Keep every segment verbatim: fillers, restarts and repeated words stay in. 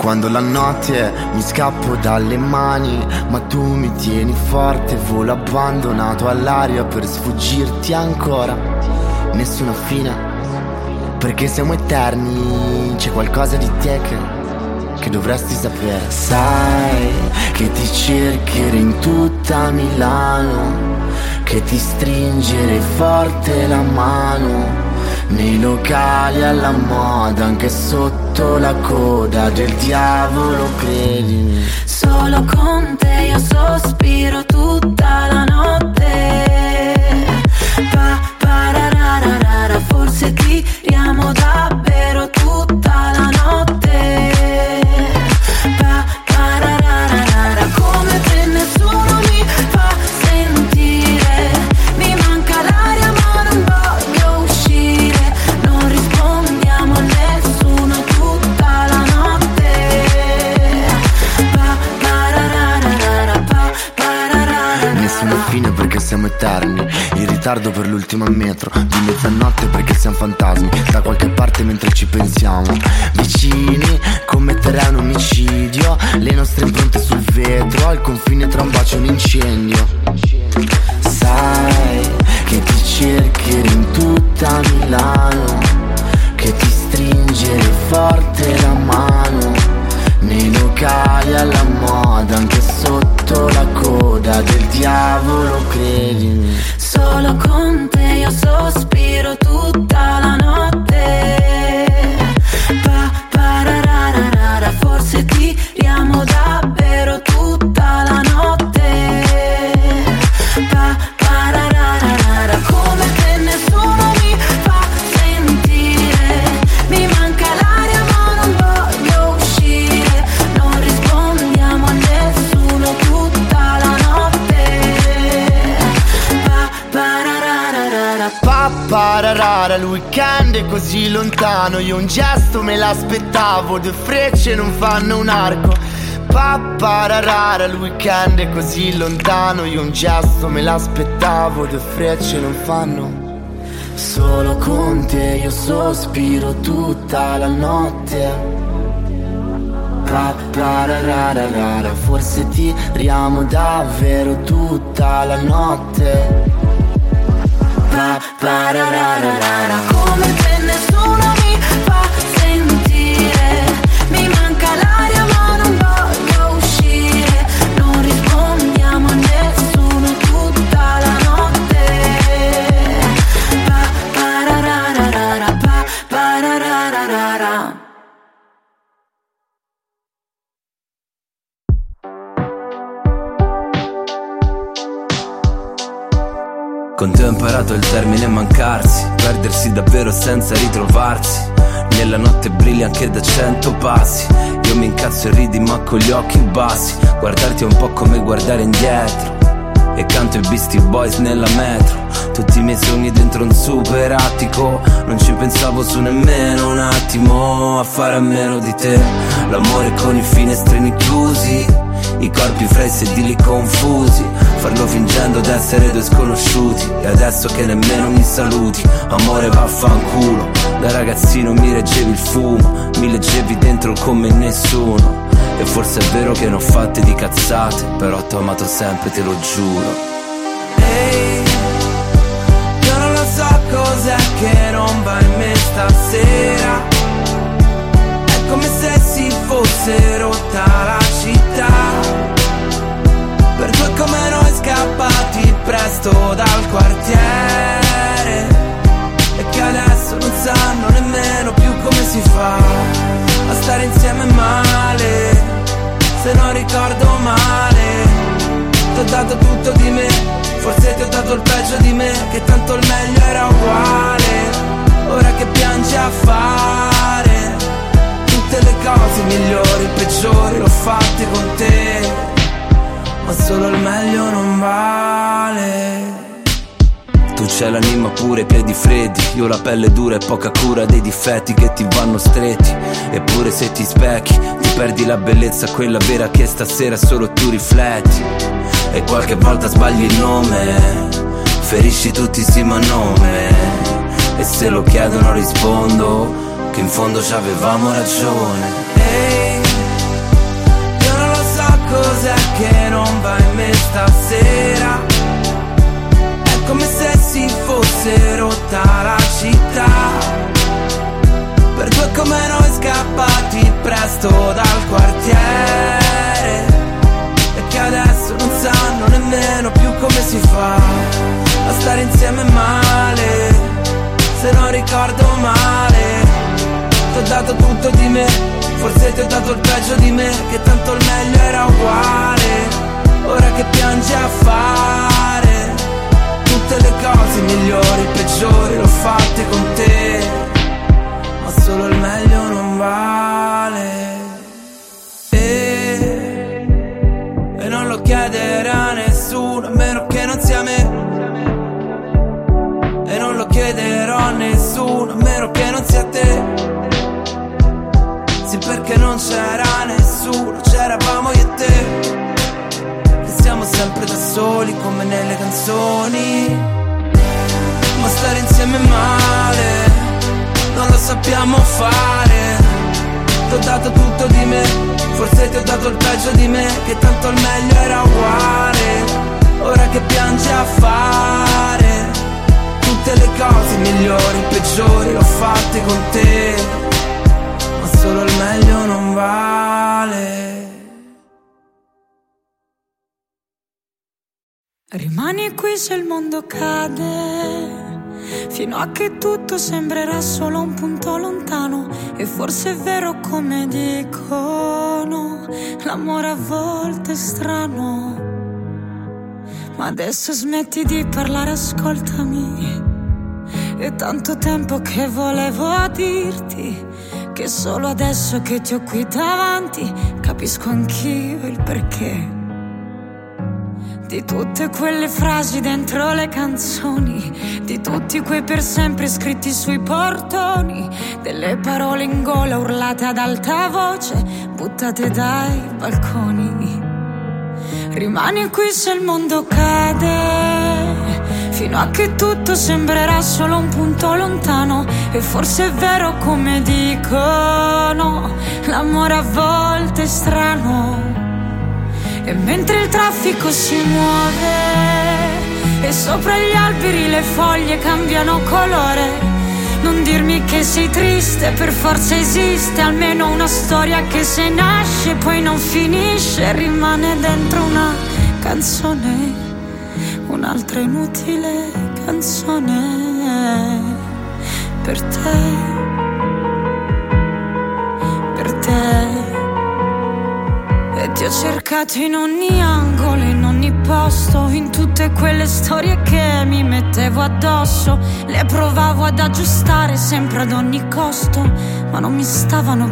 Quando la notte mi scappo dalle mani, ma tu mi tieni forte, volo abbandonato all'aria per sfuggirti ancora. Nessuna fine, perché siamo eterni, c'è qualcosa di te che, che dovresti sapere. Sai che ti cercherei in tutta Milano, che ti stringerei forte la mano, nei locali alla moda, anche sotto la coda del diavolo, credimi. Solo con te io sospiro tutta la notte. Pa, parararara, forse tiriamo davvero tutta la notte. Pa, parararara, come se nessuno mi fa sentire. Mi manca l'aria ma non voglio uscire. Non rispondiamo a nessuno tutta la notte. Pa, parararara, pa, parararara. Nessuna fine perché siamo eterni, in ritardo per l'ultima metro, di mezzanotte perché siamo fantasmi, da qualche parte mentre ci pensiamo. Vicini, commetterei un omicidio, le nostre impronte sul vetro, al confine tra un bacio e un incendio. Sai che ti cercherei in tutta Milano, che ti stringerei forte la mano, nei locali alla moda, anche sotto la coda del diavolo, credimi. Solo con te io sospiro tutta la notte. Pa, parararara, forse tiriamo davvero tutta la notte. Pa, parararara, come se nessuno mi fa sentire. Mi manca l'aria ma non voglio uscire. Non rispondiamo a nessuno tutta la notte. Pa, parararara. Pa, pararara, il weekend è così lontano, io un gesto me l'aspettavo, due frecce non fanno un arco. Pa, pararara, il weekend è così lontano, io un gesto me l'aspettavo, due frecce non fanno. Solo con te io sospiro tutta la notte. Pa, pararara, forse tiriamo davvero tutta la notte. Pa, pararara, come se nessuno mi fa sentire. Mi manca l'aria ma non voglio uscire. Non rispondiamo a nessuno tutta la notte. Pa, parararara, pa, parararara. Con te ho imparato il termine mancarsi, perdersi davvero senza ritrovarsi. Nella notte brilli anche da cento passi. Io mi incazzo e ridi ma con gli occhi bassi. Guardarti è un po' come guardare indietro. E canto i Beastie Boys nella metro. Tutti i miei sogni dentro un super attico. Non ci pensavo su nemmeno un attimo a fare a meno di te. L'amore con i finestrini chiusi, i corpi fra i sedili confusi, farlo fingendo d'essere due sconosciuti. E adesso che nemmeno mi saluti, amore vaffanculo. Da ragazzino mi reggevi il fumo, mi leggevi dentro come nessuno. E forse è vero che ne ho fatte di cazzate, però t'ho amato sempre, te lo giuro. Ehi, io non lo so cos'è che non va in me stasera. È come se si fosse rotta la città, per due come noi scappati presto dal quartiere, e che adesso non sanno nemmeno più come si fa a stare insieme male. Se non ricordo male, ti ho dato tutto di me, forse ti ho dato il peggio di me, che tanto il meglio era uguale. Ora che piangi a fare tutte le cose migliori, peggiori, l'ho fatte con te, ma solo il meglio non vale. Tu c'hai l'anima pure, i piedi freddi, io la pelle dura e poca cura dei difetti che ti vanno stretti. Eppure se ti specchi, ti perdi la bellezza, quella vera che stasera solo tu rifletti. E qualche volta sbagli il nome, ferisci tutti sì ma nome. E se lo chiedono rispondo che in fondo ci avevamo ragione. Ehi, cos'è che non va in me stasera? È come se si fosse rotta la città, per due come noi scappati presto dal quartiere, e che adesso non sanno nemmeno più come si fa a stare insieme male, se non ricordo male. Ti ho dato tutto di me, forse ti ho dato il peggio di me, che tanto il meglio era uguale. Ora che piangi a fare tutte le cose migliori, peggiori, l'ho fatte con te, ma solo il meglio non vale. E, e non lo chiederà a nessuno, a meno che non sia me. E non lo chiederò a nessuno, a meno che non sia te. Sì, perché non c'era nessuno, c'eravamo io e te, che siamo sempre da soli come nelle canzoni. Ma stare insieme male, non lo sappiamo fare. Ti ho dato tutto di me, forse ti ho dato il peggio di me, che tanto il meglio era uguale. Ora che piangi a fare tutte le cose migliori, peggiori, l'ho fatte con te, ma solo il meglio non vale. Rimani qui se il mondo cade, fino a che tutto sembrerà solo un punto lontano. E forse è vero come dicono, l'amore a volte è strano. Ma adesso smetti di parlare, ascoltami. È tanto tempo che volevo dirti che solo adesso che ti ho qui davanti capisco anch'io il perché di tutte quelle frasi dentro le canzoni, di tutti quei per sempre scritti sui portoni, delle parole in gola urlate ad alta voce, buttate dai balconi. Rimani qui se il mondo cade, fino a che tutto sembrerà solo un punto lontano. E forse è vero come dicono, l'amore a volte è strano. E mentre il traffico si muove e sopra gli alberi le foglie cambiano colore, non dirmi che sei triste, per forza esiste almeno una storia che se nasce poi non finisce, rimane dentro una canzone, un'altra inutile canzone per te, per te. E ti ho cercato in ogni angolo, in ogni posto, in tutte quelle storie che mi mettevo addosso. Le provavo ad aggiustare sempre ad ogni costo, ma non mi stavano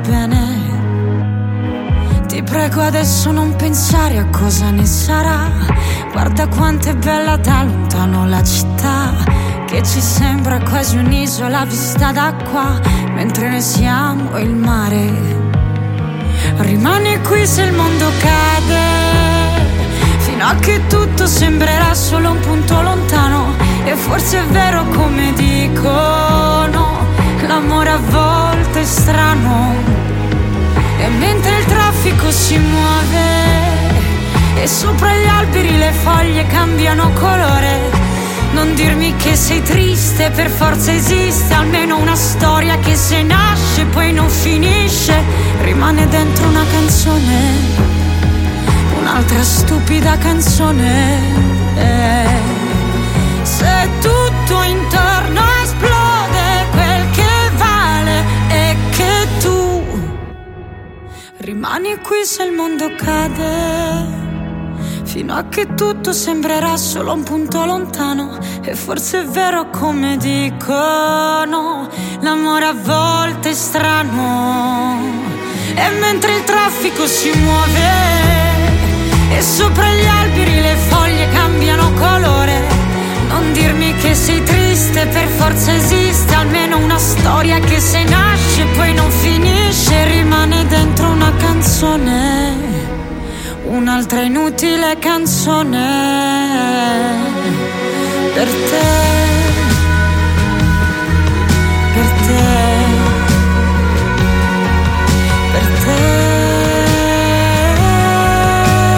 bene. Ti prego adesso non pensare a cosa ne sarà. Guarda quanto è bella da lontano la città, che ci sembra quasi un'isola vista da qua, mentre noi siamo il mare. Rimani qui se il mondo cade, fino a che tutto sembrerà solo un punto lontano. E forse è vero come dicono, l'amore a volte è strano. E mentre il traffico si muove e sopra gli alberi le foglie cambiano colore, non dirmi che sei triste, per forza esiste almeno una storia che se nasce poi non finisce, rimane dentro una canzone, un'altra stupida canzone. Eh, se tutto intorno esplode, quel che vale è che tu rimani qui se il mondo cade, fino a che tutto sembrerà solo un punto lontano. E forse è vero come dicono, l'amore a volte è strano. E mentre il traffico si muove e sopra gli alberi le foglie cambiano colore, non dirmi che sei triste, per forza esiste almeno una storia che se nasce poi non finisce, rimane dentro una canzone, un'altra inutile canzone per te, per te, per te.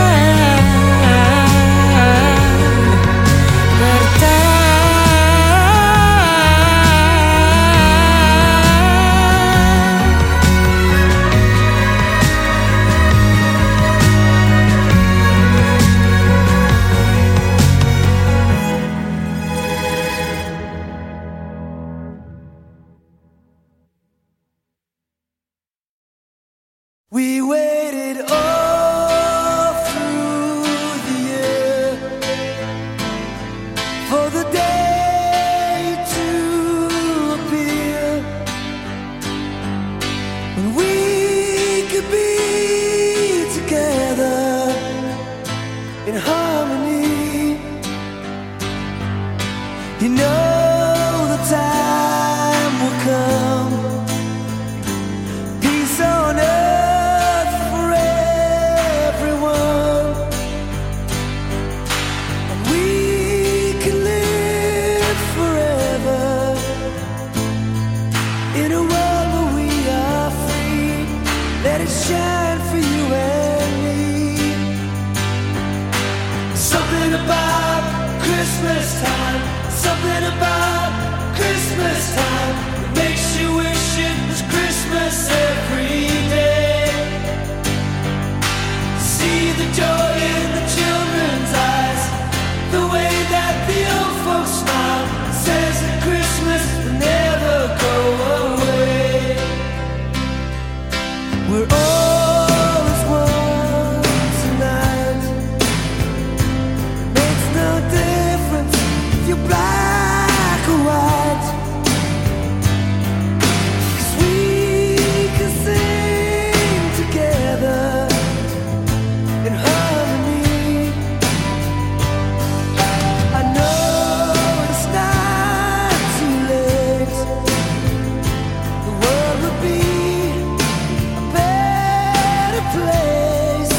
We waited all through the year for the day to appear when we could be together in harmony. You know the time will come, peace on earth for everyone, and we can live forever in a world where we are free. Let it shine for you and me. Something about Christmas time, something about Christmas time that makes you wish it was Christmas every day. See the joy in the children's eyes, the way that the old folks smile, says that Christmas will never go away. We're all as one tonight. Makes no difference if you're black or white, 'cause we can sing together in harmony. I know it's not too late. The world will be a better place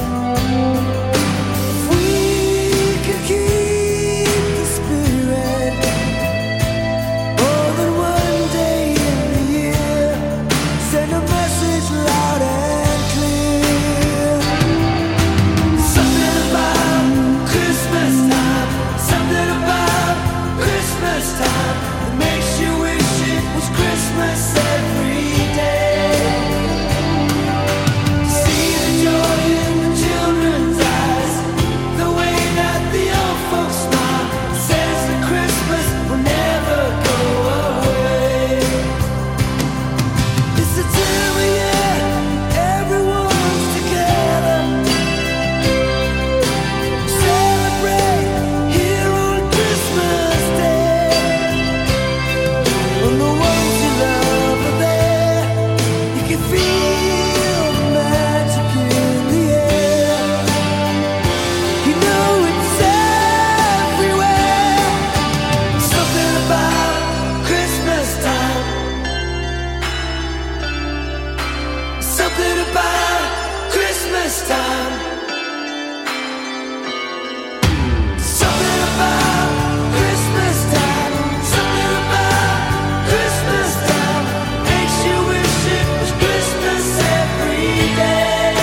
if we can keep the spirit more than one day in the year. Send a message loud and clear. Something about Christmas time, something about Christmas time that makes you wish it was Christmas every day. See the joy in the children's eyes, the way that the old folks smile, says that Christmas will never go away. It's the time of year everyone's together. Celebrate here on Christmas Day. When the ones you love are there, you can feel the magic in the air. You know it's everywhere. Something about Christmas time, something about Christmas time, something about Christmas time, something about Christmas time makes you wish it was Christmas every day.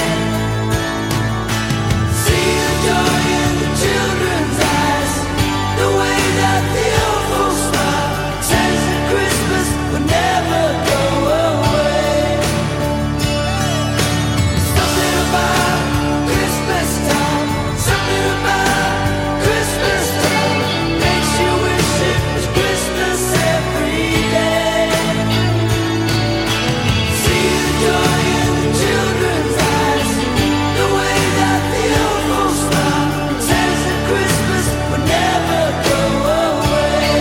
See the joy in the children's eyes, the way that the old folks smile, says that Christmas will never go away. Something about Christmas time, something about Christmas time makes you wish it was Christmas every day. See the joy in the children's eyes, the way that the old folks smile, says that Christmas will never go away.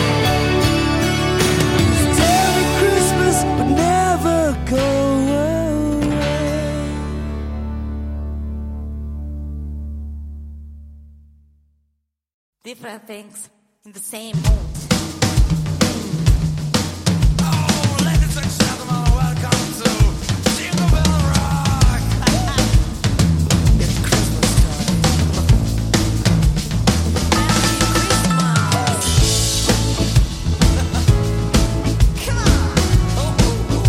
Tell me Christmas would never go away. Different things in the same mood. Ladies and gentlemen, welcome to Jingle Bell Rock. It's Christmas time. Come on. Oh, oh, oh.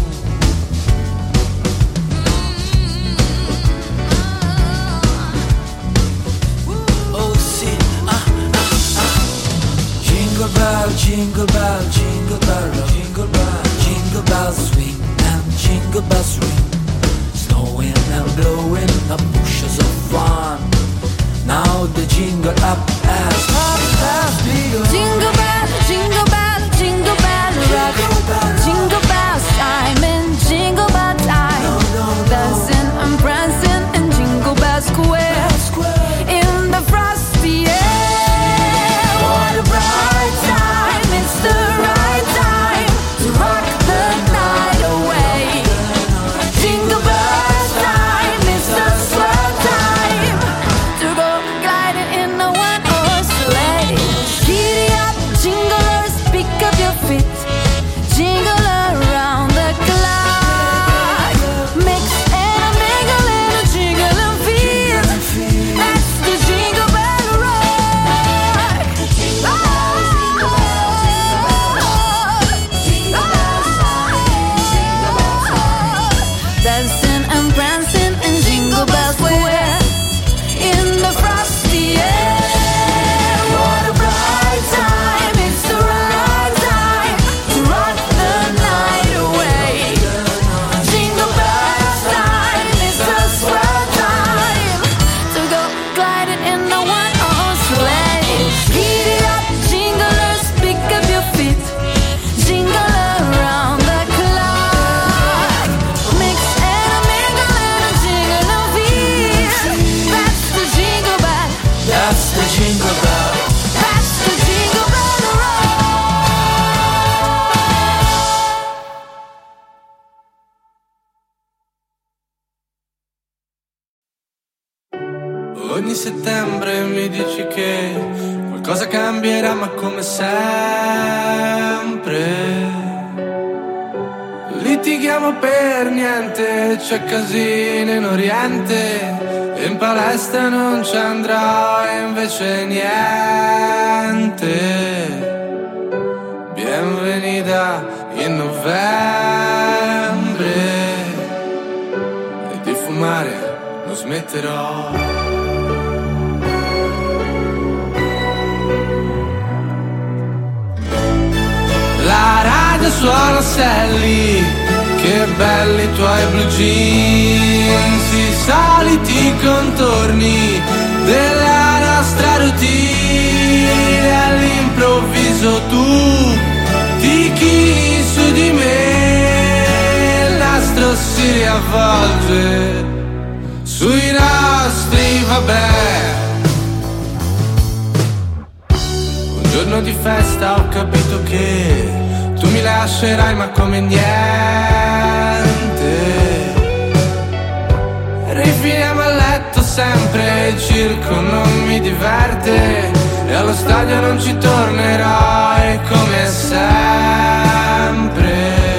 Oh, see, ah, ah, ah. Jingle bell, jingle bell, jingle bell, rock, jingle bell, jingle bells swing and jingle bells ring. Snowing and blowing up bushes of fun. Now the jingle up as hot as begun. Jingle bell, jingle bell, jingle bell rock. Jingle bells time and jingle bell time. Doesn't Ogni settembre mi dici che qualcosa cambierà, ma come sempre litighiamo per niente, c'è casino in Oriente e in palestra non ci andrò e invece niente. Bienvenida in novembre e di fumare non smetterò. La radio suona Sally, che belli i tuoi blue jeans, i soliti contorni della nostra routine. All'improvviso tu ti chini su di me, il nastro si riavvolge sui nostri vabbè. Un giorno di festa ho capito che tu mi lascerai ma come niente. Rifiniamo a letto sempre, il circo non mi diverte e allo stadio non ci tornerò e come sempre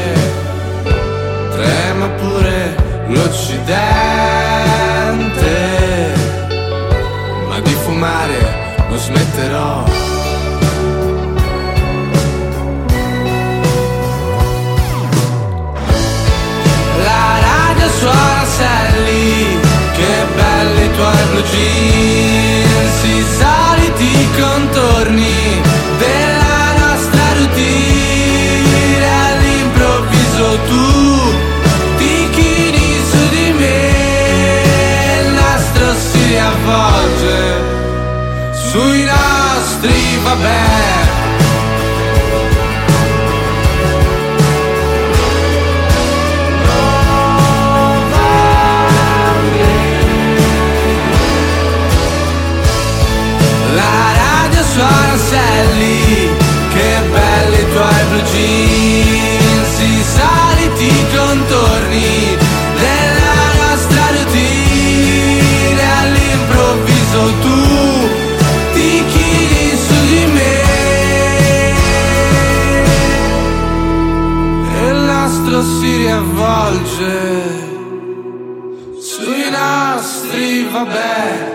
trema pure l'Occidente, ma di fumare non smetterò. La radio suona Sally, che belli i tuoi blue jeans, i soliti contorni della nostra routine. All'improvviso tu ti chini su di me, il nastro si riavvolge sui nostri vabbè. Suona Sally, che belli i tuoi blue jeans, i soliti contorni della nostra routine. All'improvviso tu ti chini su di me e il nastro si riavvolge sui nostri vabbè.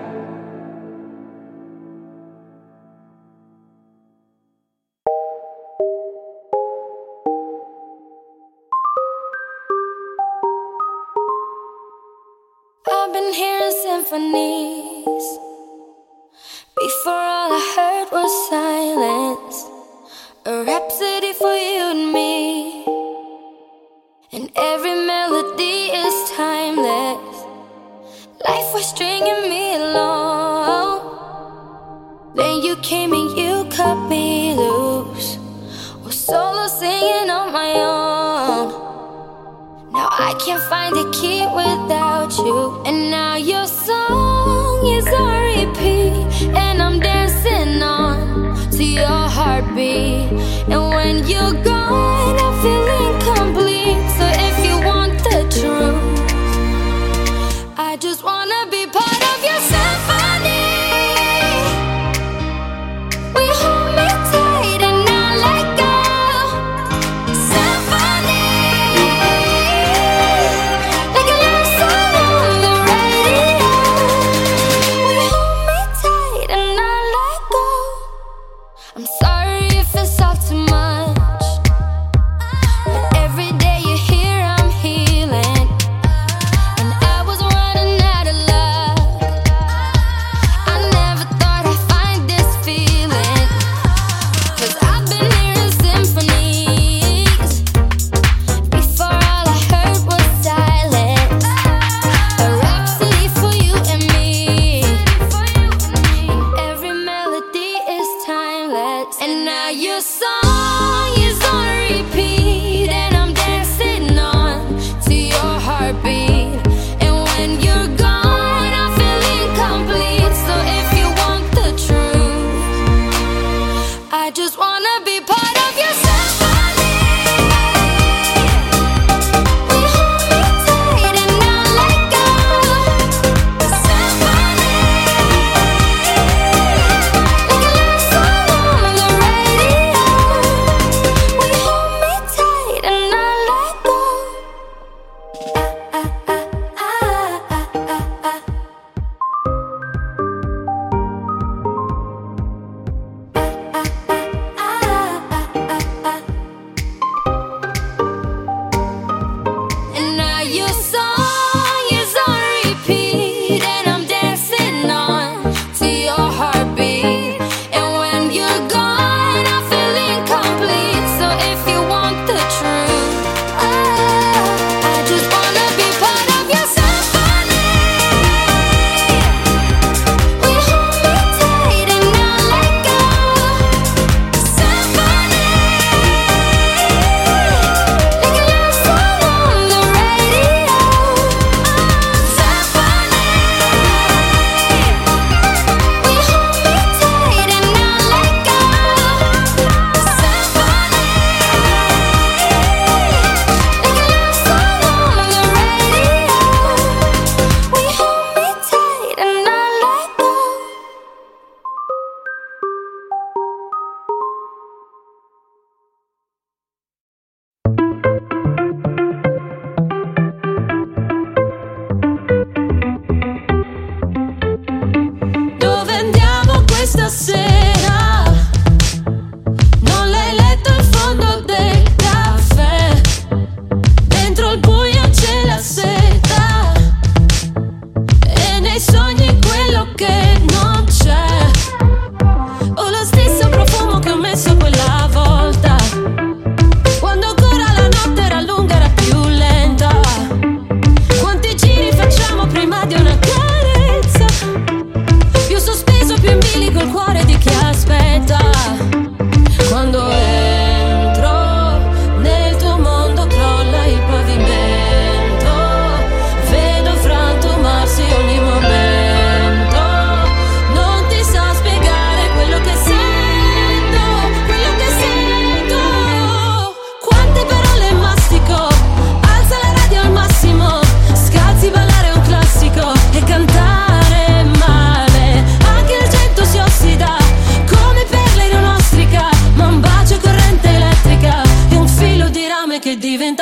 I've been hearing symphonies. Before all I heard was silence. A rhapsody for you and me. And every melody is timeless. Life was stringing me along. Then you came and you cut me loose. Was solo singing on my own. Now I can't find a key without you. And now your song is on repeat, and I'm dancing on to your heartbeat. And when you're gone, I feel incomplete. So if you want the truth, I just wanna be part of your symphony. We hold me tight and not let go. Symphony, like a love song on the radio.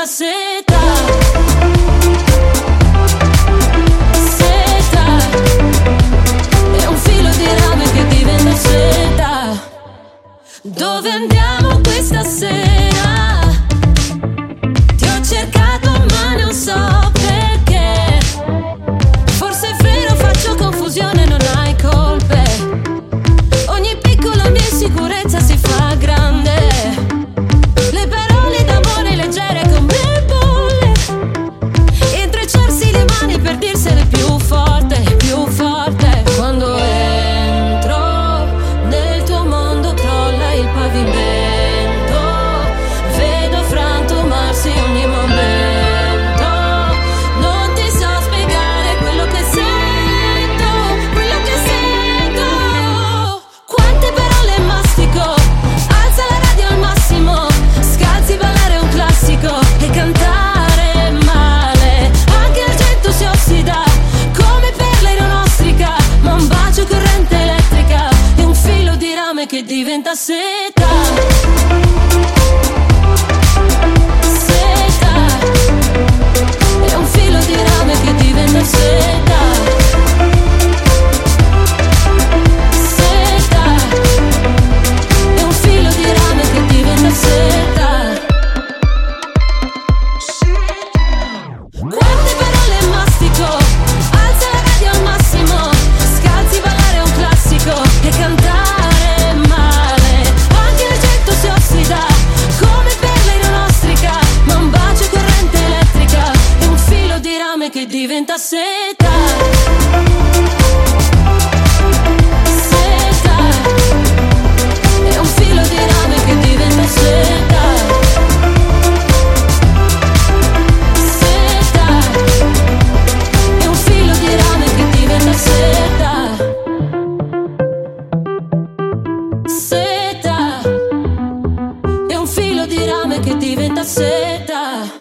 seta. Seta. È un filo di rame che diventa seta. Dove andiamo questa sera? Ti ho cercato ma non so perché. Forse è vero, faccio confusione, non hai colpe. Ogni piccola mia insicurezza si fa grande. Le parole d'amore leggere come bolle. Intrecciarsi le mani per dirsene più forte, più forte. Quando entro nel tuo mondo crolla il pavimento. Vedo frantumarsi ogni momento. Non ti so spiegare quello che sento, quello che sento. Quante parole mastico, alza la radio al massimo. Scalzi ballare un classico e cantare male. Anche l'argento si ossida come perla aeronostrica. Ma un bacio corrente elettrica è un filo di rame che diventa seta. Seta. È un filo di rame che diventa seta. Seta. È un filo di rame che diventa seta. Quante parole mastico, alza la radio al massimo. Scalzi ballare un classico e cantare male. Anche l'argento si ossida come perla aeronostrica. Ma un bacio corrente elettrica è un filo di rame che diventa seta. Seta. È un filo di rame che diventa seta. Seta. È un filo di rame che diventa seta. Seta. È un filo di rame che diventa seta.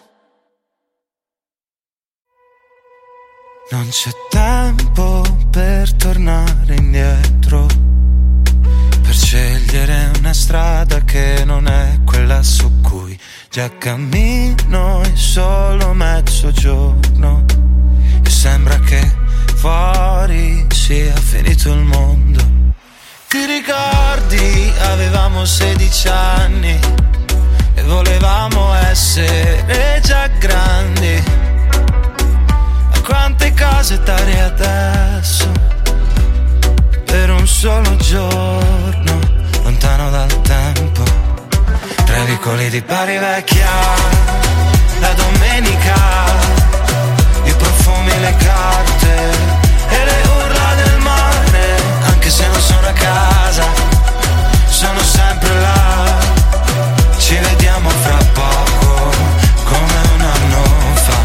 Non c'è tempo per tornare indietro, per scegliere una strada che non è quella su cui già cammino. È solo mezzogiorno e sembra che fuori sia finito il mondo. Ti ricordi? Avevamo sedici anni e volevamo essere già grandi. Quante cose dare adesso per un solo giorno lontano dal tempo. Tre vicoli di Bari Vecchia, la domenica, i profumi, le carte e le urla del mare. Anche se non sono a casa, sono sempre là. Ci vediamo fra poco come un anno fa.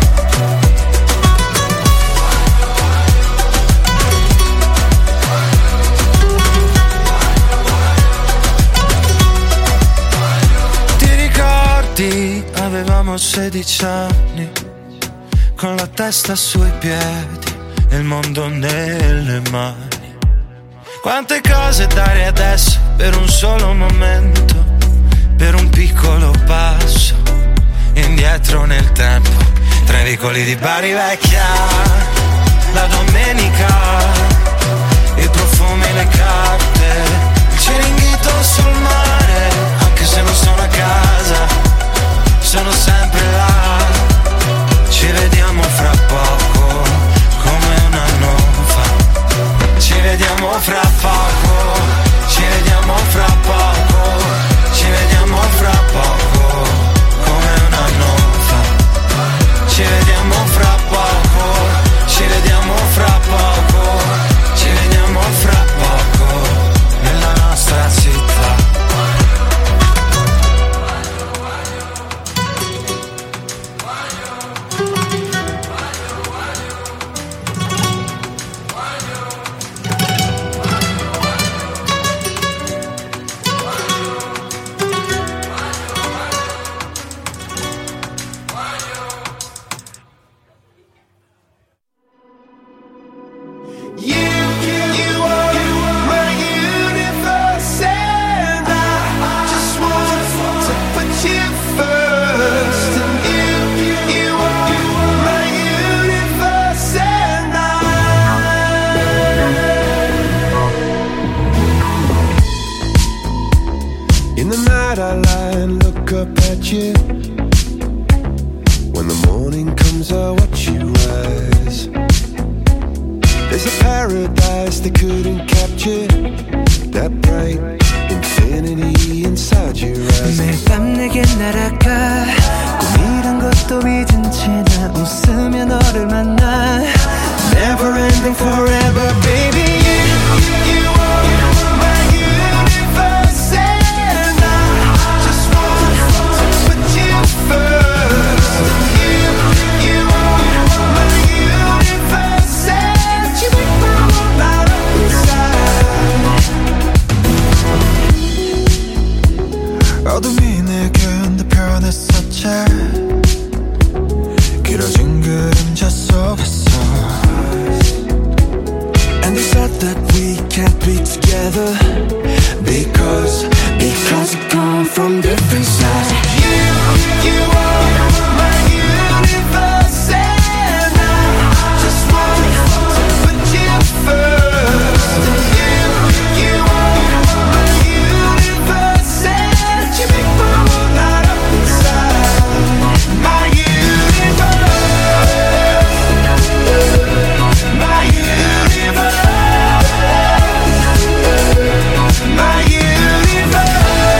Avevamo sedici anni, con la testa sui piedi e il mondo nelle mani. Quante cose dare adesso per un solo momento, per un piccolo passo indietro nel tempo. Tre vicoli di Bari Vecchia, la domenica, i profumi, le carte, il Ciringhito sul mare. Anche se non sono a casa, sono sempre là. Ci vediamo fra poco come un anno fa. Ci vediamo fra poco, ci vediamo fra poco, ci vediamo fra poco come un anno fa. Ci vediamo fra poco, ci vediamo fra poco, ci vediamo fra poco nella nostra città. look up at you. When the morning comes I watch you rise. There's a paradise they couldn't capture. That bright infinity inside your eyes. 매일 밤 내게 날아가 꿈이란 것도 잊은 채 나 웃으며 너를 만나. Never ending forever baby. You, you are my universe and I just want to put you first. You, you are my universe and you make my world light up inside. 어둠이 내게 흔들편했었지. 길어진 그림자 속에서. And they said that we can't be together Because, because we come from different sides. You, you are my universe and I just want to put you first. You, you are my universe and you make my world light up inside. My universe, my universe. My universe.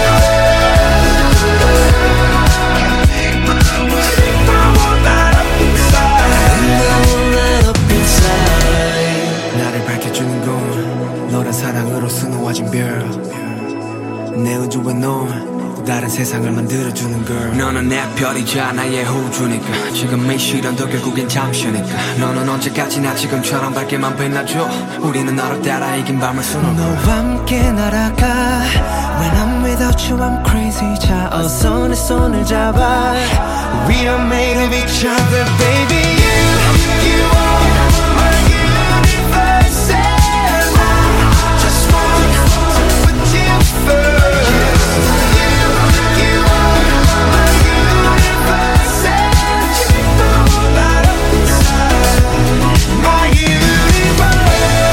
나를 밝혀주는 건 너란 사랑으로 수놓아진 별. 내 우주에 넌 다른 세상을 만들어주는 걸. 너는 내 별이자 나의 호주니까 지금 이 시련도 결국엔 잠시니까. 너는 언제까지나 지금처럼 밝게만 빛나줘. 우리는 너를 따라 이긴 밤을 수놓아. 너와 함께 날아가. When I'm without you I'm crazy. 자 어서 내 손을 잡아. We are made of each other baby. You, you are my universe and I just want to put you first. You, you are my universe and you make the world light up inside. My universe,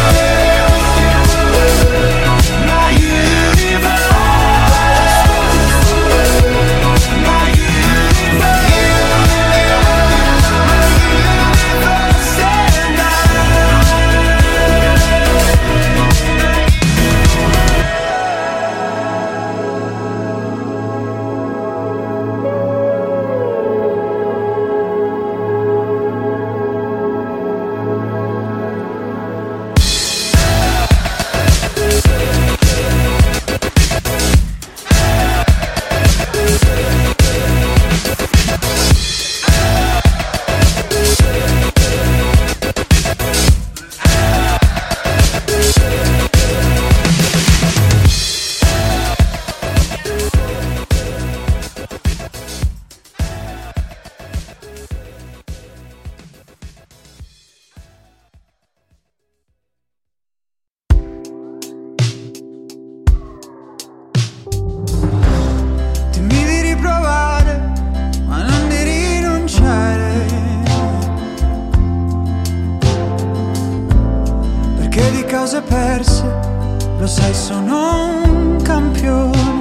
my universe. Cose perse, lo sai sono un campione.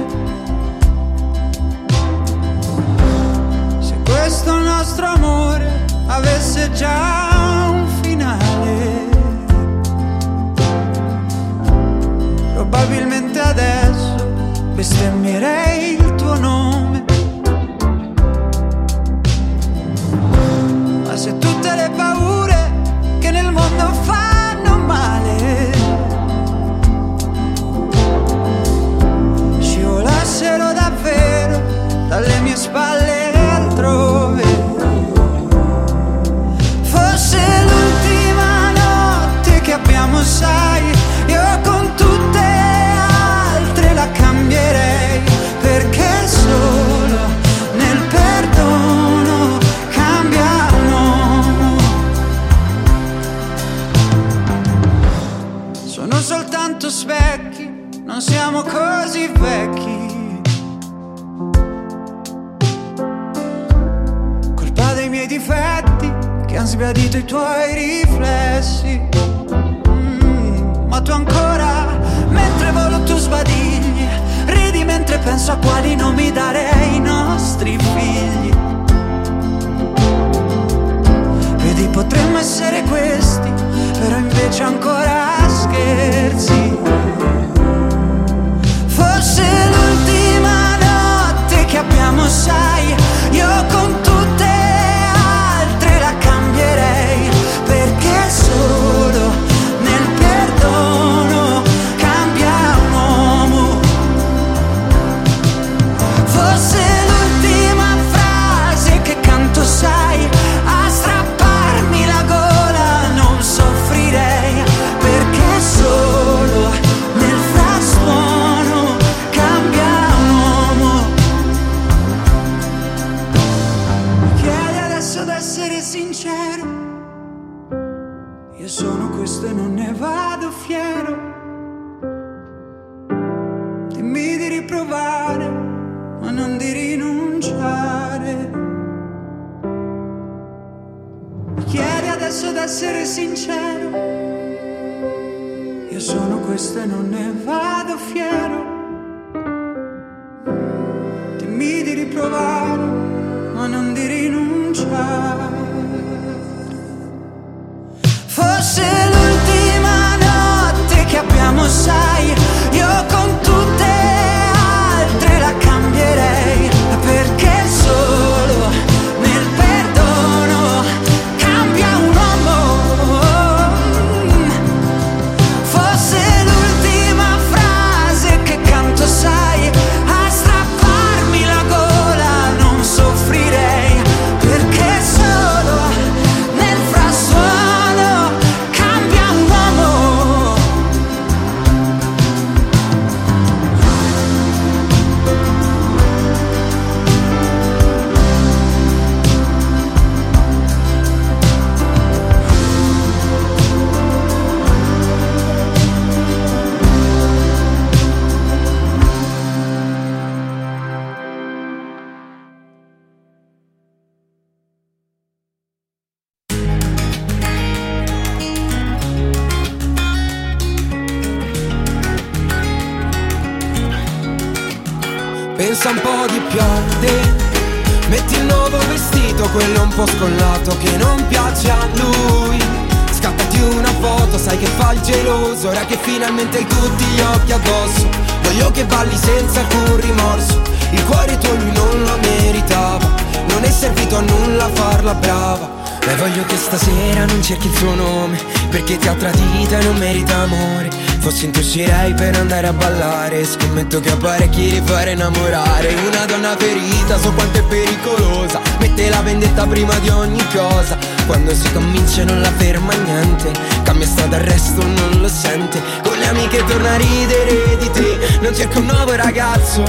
Se questo nostro amore avesse già un finale, probabilmente adesso bestemmierei il tuo nome. Ma se tutte le paure che nel mondo fanno male scivolassero davvero dalle mie spalle altrove, fosse l'ultima notte che abbiamo, sai, io con tutte altre la cambierei, perché solo nel perdono cambia l'uomo. Sono soltanto specchi, non siamo così vecchi. Colpa dei miei difetti che han sbiadito i tuoi riflessi. Mm, ma tu ancora, mentre volo tu sbadigli, ridi mentre penso a quali nomi dare ai nostri figli. Vedi, potremmo essere questi, però invece ancora scherzi. Forse l'ultima notte che abbiamo, sai, io con tutte altre la cambierei, perché solo nel perdono cambia un uomo. Forse l'ultima frase che canto, sai, a strapparmi la gola non soffrirei, perché solo nel frastuono cambia un uomo. Mi chiedi adesso d'essere sincero, io sono questo e non ne vado fiero. Dimmi di riprovare, ma non di rinunciare. Mi chiedi adesso d'essere sincero, io sono questo e non ne vado fiero. Dimmi di riprovare, ma non di rinunciare. Forse l'ultima notte che abbiamo, sai, io con tutte altre la cambierei, perché solo nel perdono cambia un uomo. Forse l'ultima frase che canto, sai, a strapparmi la gola non soffrirei, perché solo nel frastuono cambia un uomo. Pensa un po' di più a te, metti il nuovo vestito, quello un po' scollato che non piace a lui. Scattati una foto, sai che fa il geloso, ora che finalmente hai tutti gli occhi addosso. Voglio che balli senza alcun rimorso, il cuore tuo lui non lo meritava, non è servito a nulla farla brava. E voglio che stasera non cerchi il suo nome, perché ti ha tradita e non merita amore. Fossi in te uscirei per andare a ballare, scommetto che a parecchi li fare innamorare. Una donna ferita, so quanto è pericolosa, mette la vendetta prima di ogni cosa. Quando si convince non la ferma niente, cambia strada al resto non lo sente. Con le amiche torna a ridere di te, non cerca un nuovo ragazzo,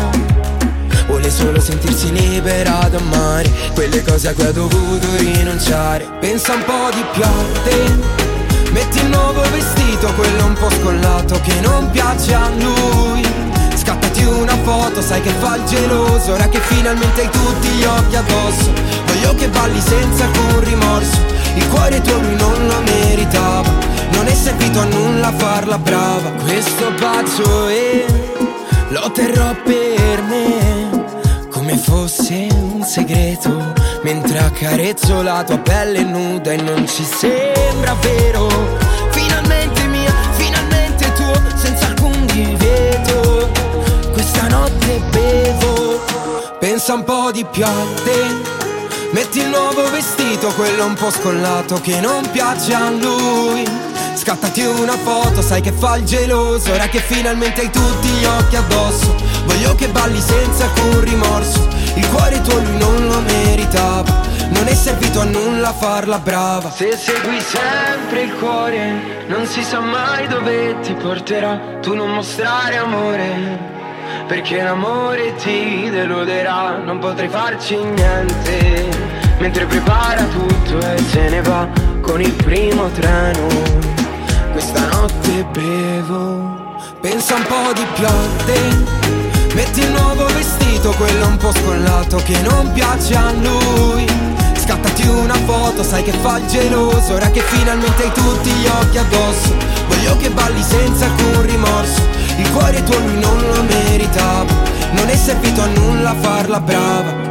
vuole solo sentirsi libera ad amare quelle cose a cui ha dovuto rinunciare. Pensa un po' di più a te, metti il nuovo vestito, quello un po' scollato che non piace a lui. Scattati una foto, sai che fa il geloso, ora che finalmente hai tutti gli occhi addosso. Voglio che balli senza alcun rimorso, il cuore tuo lui non lo meritava, non è servito a nulla farla brava. Questo bacio e lo terrò per me, come fosse un segreto, mentre accarezzo la tua pelle nuda e non ci sembra vero. Finalmente mia, finalmente tuo, senza alcun divieto, questa notte bevo. Pensa un po' di più a te, metti il nuovo vestito, quello un po' scollato che non piace a lui. Scattati una foto, sai che fa il geloso, ora che finalmente hai tutti gli occhi addosso. Voglio che balli senza alcun rimorso, il cuore tuo lui non lo meritava, non è servito a nulla farla brava. Se segui sempre il cuore, non si sa mai dove ti porterà. Tu non mostrare amore, perché l'amore ti deluderà. Non potrai farci niente, mentre prepara tutto e se ne va con il primo treno. Questa notte bevo. Pensa un po' di più a te, metti il nuovo vestito, quello un po' scollato che non piace a lui. Scattati una foto, sai che fa il geloso, ora che finalmente hai tutti gli occhi addosso. Voglio che balli senza alcun rimorso, il cuore tuo lui non lo meritava, non è servito a nulla farla brava.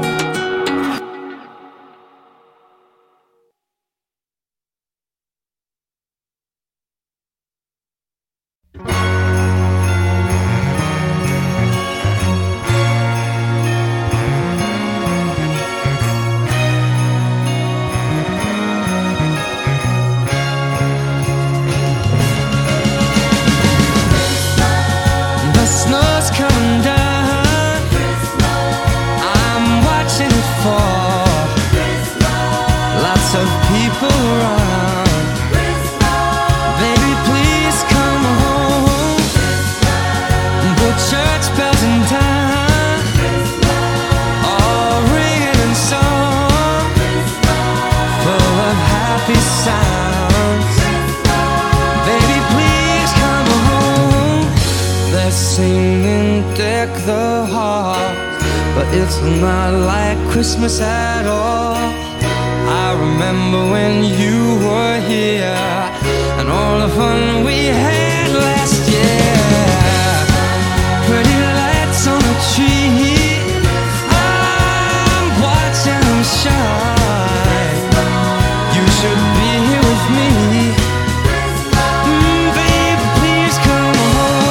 It's not like Christmas at all. I remember when you were here and all the fun we had last year. Pretty lights on a tree, I'm watching them shine. You should be here with me. Mm, baby, please come home.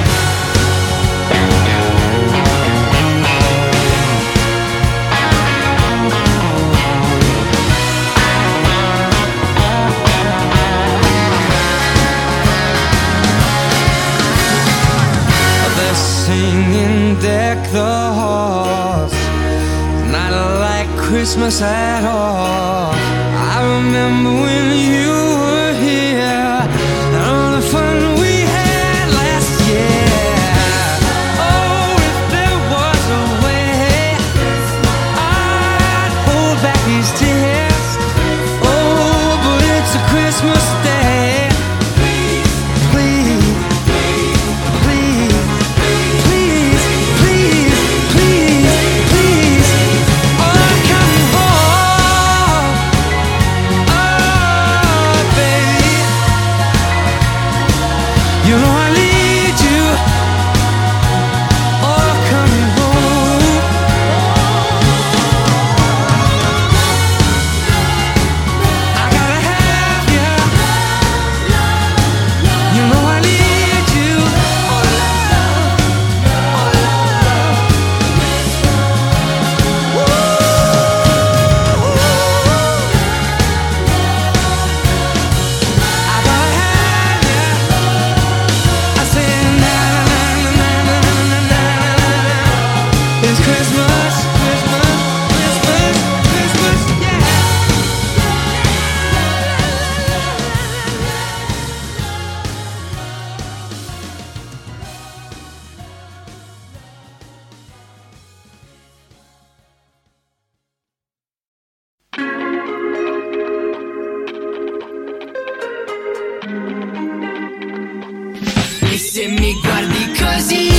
Singing deck the halls, not like Christmas at all. I remember when you were here and all the fun we had last year. Oh, if there was a way I'd hold back these tears. Oh, but it's a Christmas day. Se mi guardi così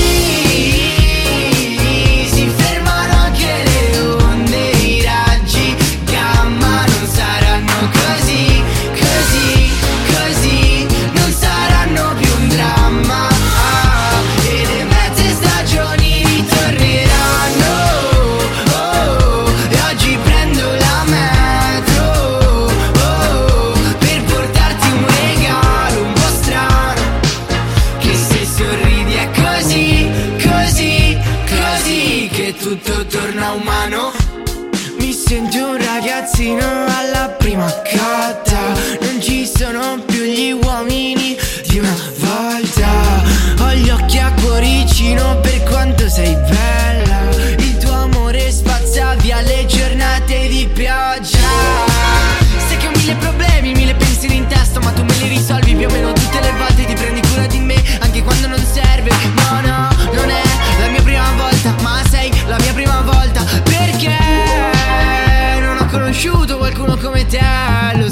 si fermano anche le onde, i raggi gamma non saranno così, così, così, non saranno più un dramma, ah, e le mezze stagioni ritorneranno, oh, e oggi prendo la metro, oh, per portarti un regalo un po' strano, che se sorridi è così, così, così, che tutto torna umano. Mi sento un ragazzino alla prima cotta, non ci sono più gli uomini di una volta. Ho gli occhi a cuoricino per quanto sei bella, il tuo amore spazza via le giornate di pioggia. Sai che ho mille problemi, mille pensieri in testa, ma tu me li risolvi più o meno tutte le volte. Ti prendi cura di me anche quando non serve. No, no, non è la mia prima volta, ma sei la mia prima volta, perché non ho conosciuto qualcuno come te. Lo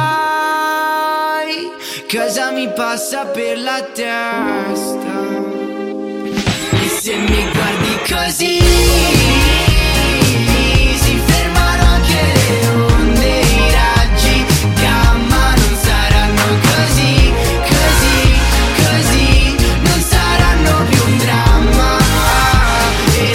sai cosa mi passa per la testa? E se mi guardi così si fermano anche le onde, i raggi gamma non saranno così, così, così, non saranno più un dramma, e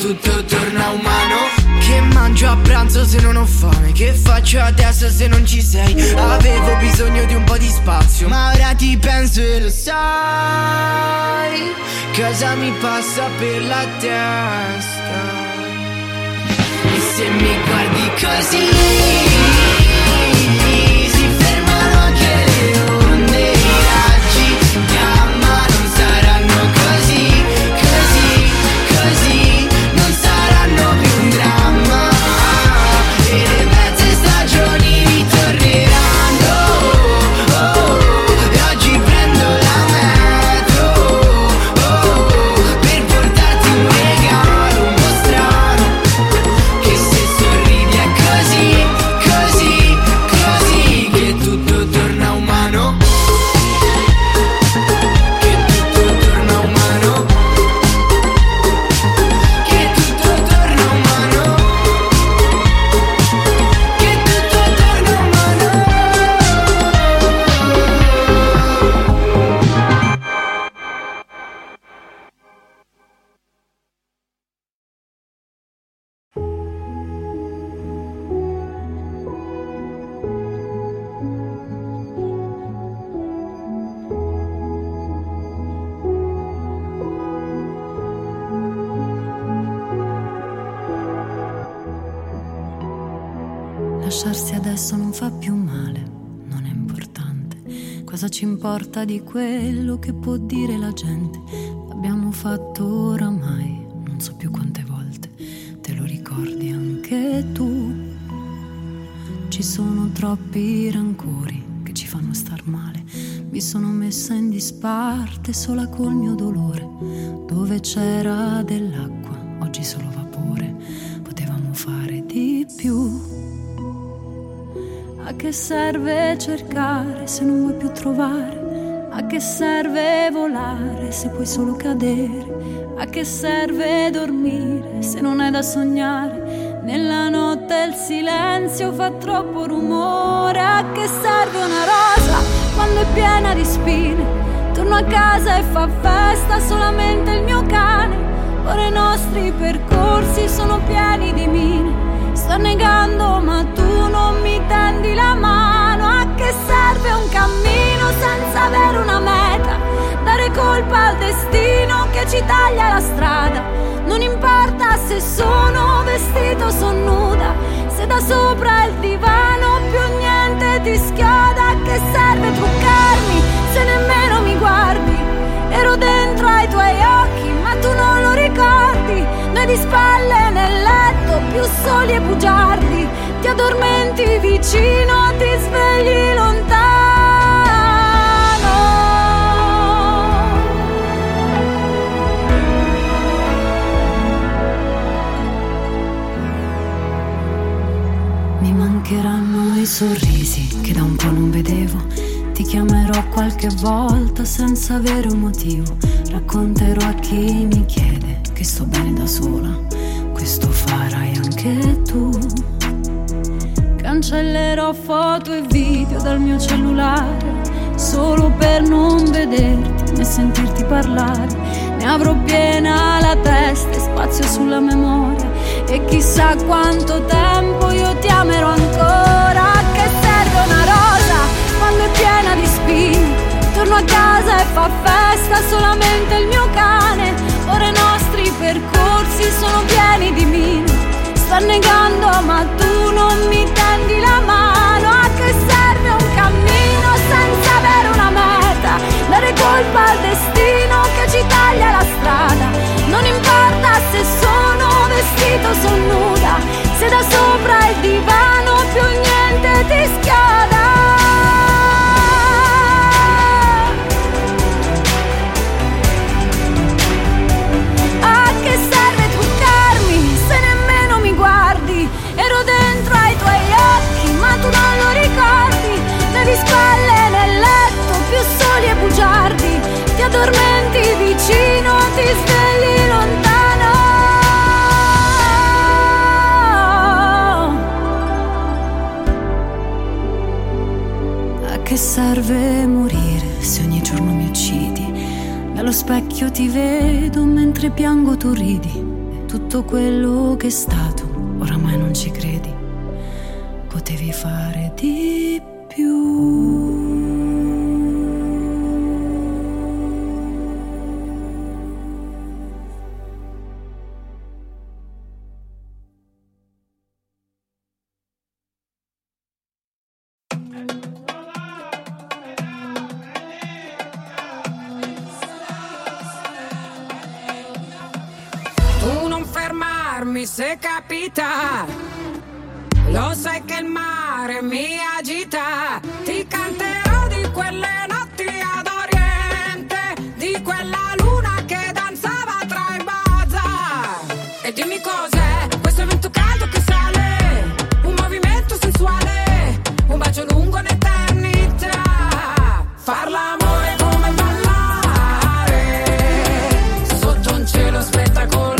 tutto torna umano. Che mangio a pranzo se non ho fame, che faccio adesso se non ci sei. Avevo bisogno di un po' di spazio, ma ora ti penso e lo sai cosa mi passa per la testa. E se mi guardi così si fermano anche le onde, i raggi gamma non saranno così, così, così, non saranno più un dramma. E le mezze stagioni ritorneranno. Oh, oh, e oggi prendo la metro, oh, oh, per portarti un regalo un po' strano, che se sorridi è così, così, così, che tutto torna umano. Che tutto torna umano. Che tutto torna umano. Che tutto torna umano. Lasciarsi adesso non fa più male, non è importante. Cosa ci importa di quello che può dire la gente? L'abbiamo fatto oramai, non so più quante volte. Te lo ricordi anche tu? Ci sono troppi rancori che ci fanno star male. Mi sono messa in disparte sola col mio dolore. Dove c'era dell'acqua, oggi solo vapore. Potevamo fare di più. A che serve cercare se non vuoi più trovare? A che serve volare se puoi solo cadere? A che serve dormire se non è da sognare? Nella notte il silenzio fa troppo rumore. A che serve una rosa quando è piena di spine? Torno a casa e fa festa solamente il mio cane. Ora i nostri percorsi sono pieni di mine. Sto negando ma tu non mi tendi la mano. A che serve un cammino senza avere una meta? Dare colpa al destino che ci taglia la strada. Non importa se sono vestito o son nuda, se da sopra il divano più niente ti schioda. A che serve truccarmi se nemmeno mi guardi? Ero dentro ai tuoi occhi ma tu non lo ricordi. Noi di spalle nel letto più soli e bugiardi. Ti addormenti vicino, ti svegli lontano. Mi mancheranno i sorrisi che da un po' non vedevo. Ti chiamerò qualche volta senza avere un motivo. Racconterò a chi mi chiede che sto bene da sola. Questo farai anche tu. Cancellerò foto e video dal mio cellulare solo per non vederti né sentirti parlare. Ne avrò piena la testa e spazio sulla memoria. E chissà quanto tempo io ti amerò ancora. A che serve una rosa quando è piena di spine? Torno a casa e fa festa solamente il mio cane. Ora i nostri percorsi sono pieni di mine. Sto negando ma tu non mi tendi la mano. A che serve un cammino senza avere una meta? Dare colpa al destino che ci taglia la strada. Non importa se sono vestito o son nuda, se da sopra il divano più niente ti schioda. Ero dentro ai tuoi occhi ma tu non lo ricordi. Noi di spalle nel letto più soli e bugiardi. Ti addormenti vicino, ti svegli lontano. A che serve morire se ogni giorno mi uccidi? Dallo specchio ti vedo mentre piango tu ridi. tutto quello che è stato, oramai non ci credi, potevi fare di più. Se capita, lo sai che il mare mi agita, ti canterò di quelle notti ad Oriente, di quella luna che danzava tra i bazar. E dimmi cos'è questo vento caldo che sale, un movimento sensuale, un bacio lungo un'eternità, far l'amore come ballare sotto un cielo spettacolare.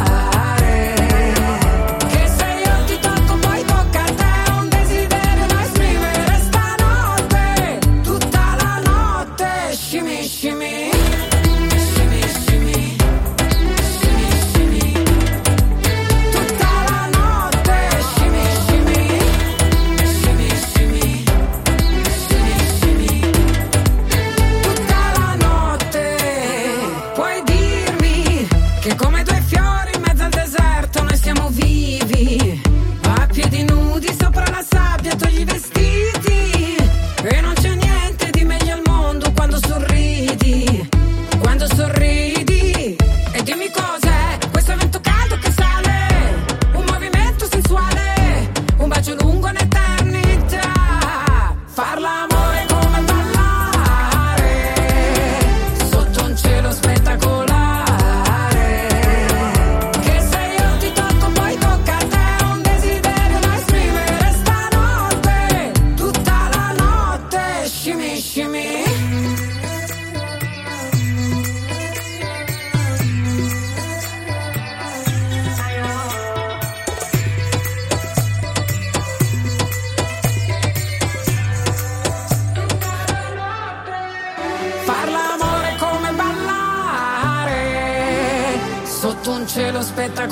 cielo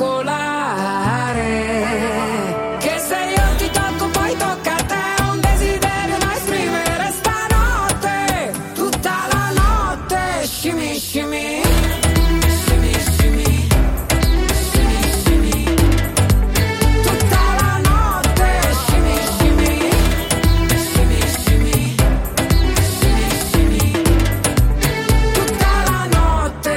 spettacolare. Che se io ti tocco poi tocca a te, un desiderio da esprimere stanotte, tutta la notte. Shimmy, shimmy, shimmy, shimmy, shimmy, shimmy, tutta la notte. Shimmy, shimmy, shimmy, shimmy, shimmy, shimmy, tutta la notte.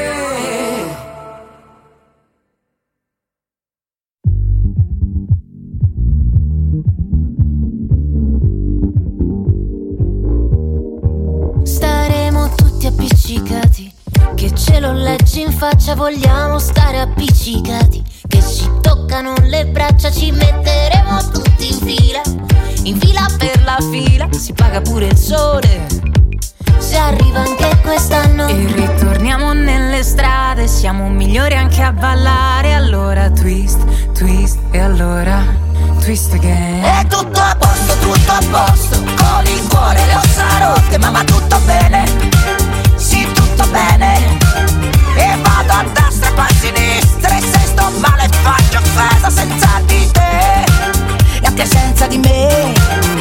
Che ce lo leggi in faccia, vogliamo stare appiccicati. Che ci toccano le braccia, ci metteremo tutti in fila. In fila per la fila, si paga pure il sole. Se arriva anche quest'anno e ritorniamo nelle strade, siamo migliori anche a ballare. Allora twist, twist e allora twist again. È tutto a posto, tutto a posto, con il cuore le ossa rotte, ma va tutto bene. Sì, tutto bene. E vado a destra e poi a sinistra, e se sto male faccio festa senza di te e a te senza di me.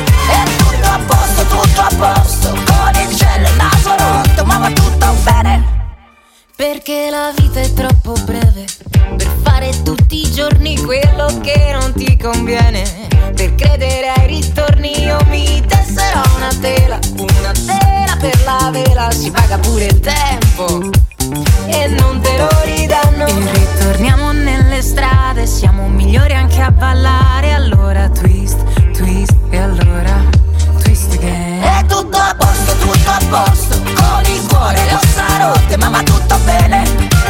È tutto a posto, tutto a posto, con il cielo e il naso rotto, ma va tutto bene. Perché la vita è troppo breve per fare tutti i giorni quello che non ti conviene. Per credere ai ritorni io mi tesserò una tela, una tela per la vela, si paga pure il tempo e non te lo ridanno. E ritorniamo nelle strade, siamo migliori anche a ballare. Allora twist, twist e allora twist again. È tutto a posto, tutto a posto, con il cuore le ossa rotte, ma va tutto bene.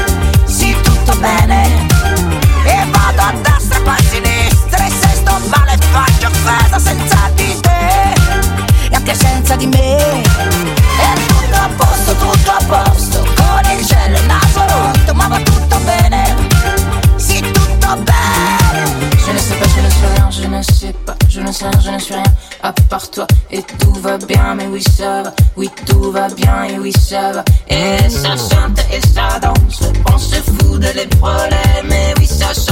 Sì, tutto bene. E vado a destra e poi a sinistra, e se sto male faccio festa senza di te e a te senza di me. È tutto a posto, tutto a posto, con il cielo e il naso rotto, ma va tutto bene. Sì, tutto bene. Je ne sais pas, je ne suis rien, je ne sais pas, je ne sais rien, je ne suis rien à part toi. Et tout va bien, mais oui ça va, oui tout va bien, et oui ça va. Et ça chante et ça danse, on se fout de les problèmes, et oui ça chante.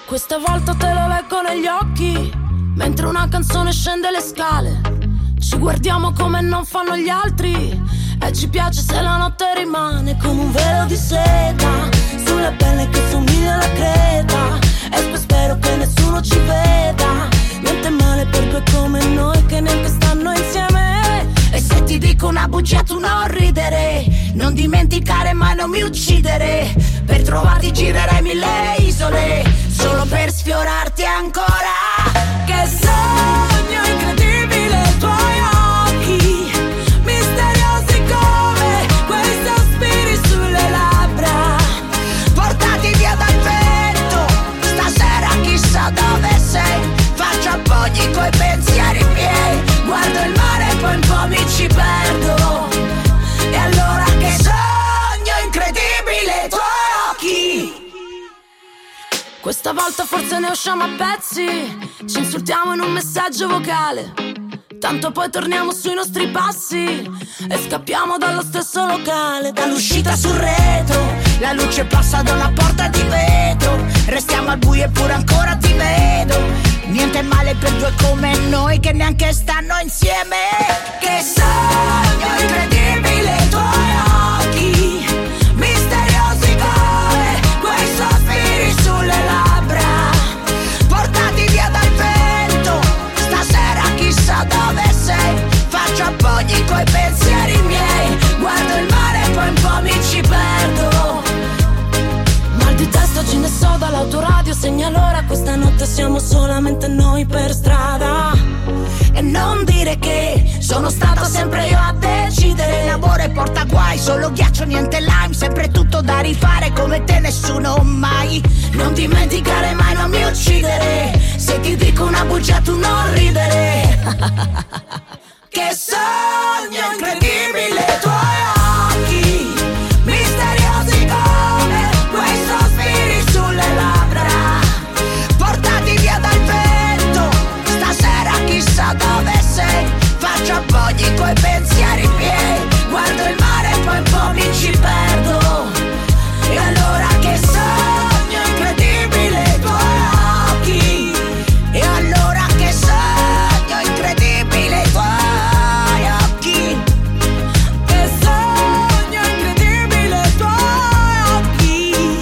Questa volta te lo leggo negli occhi, mentre una canzone scende le scale. Ci guardiamo come non fanno gli altri, e ci piace se la notte rimane come un velo di seta sulla pelle che somiglia alla creta. E poi spero che nessuno ci veda, niente male per due come noi che neanche stanno insieme. E se ti dico una bugia tu non ridere, non dimenticare mai non mi uccidere. Per trovarti girerei mille isole, solo per sfiorarti ancora. Che sogno incredibile i tuoi occhi, misteriosi come quei sospiri sulle labbra, portati via dal vento. Stasera chissà dove sei, faccio appoggi coi pensieri miei. Guardo il mare e poi un po' mi ci perdo. E allora che sogno incredibile i tuoi occhi. Questa volta forse ne usciamo a pezzi, ci insultiamo in un messaggio vocale, tanto poi torniamo sui nostri passi e scappiamo dallo stesso locale. Dall'uscita sul retro, la luce passa da una porta di vetro, restiamo al buio eppure ancora ti vedo. Niente male per due come noi che neanche stanno insieme. Che sogno incredibile i tuoi occhi, misteriosi come quei sospiri sulle labbra, portati via dal vento. Stasera chissà dove sei, faccio appoggi coi pensieri miei. Guardo il mare e poi un po' mi ci perdo. Mal di testa ce ne so dall'autoradio, segna l'ora, questa notte siamo solamente noi per strada. E non dire che sono stata sempre io a decidere. L'amore porta guai, solo ghiaccio, niente lime, sempre tutto da rifare come te nessuno mai. Non dimenticare mai, non mi uccidere, se ti dico una bugia tu non ridere. Che sogno incredibile i tuoi occhi, misteriosi come quei sospiri sulle labbra, portati via dal vento. Stasera chissà dove sei, faccio appoggi coi pensieri miei. Guardo il mare e poi un po' mi ci perdo. E allora che sogno incredibile i tuoi occhi. E allora che sogno incredibile i tuoi occhi. Che sogno incredibile i tuoi occhi.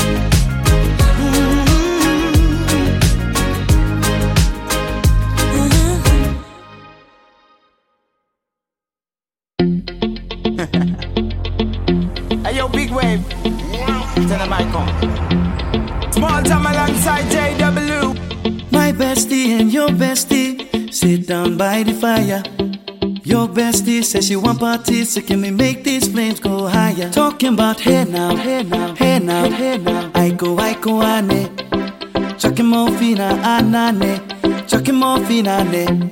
Hey yo, big wave. Turn the mic on. Small time alongside J W. My bestie and your bestie sit down by the fire. Your bestie says she want parties, so can we make these flames go higher? Talking about hey now, hey now, hey now, hey now. I go, I go, ane. Chucking more fina, anane. Chucking more fina, ane.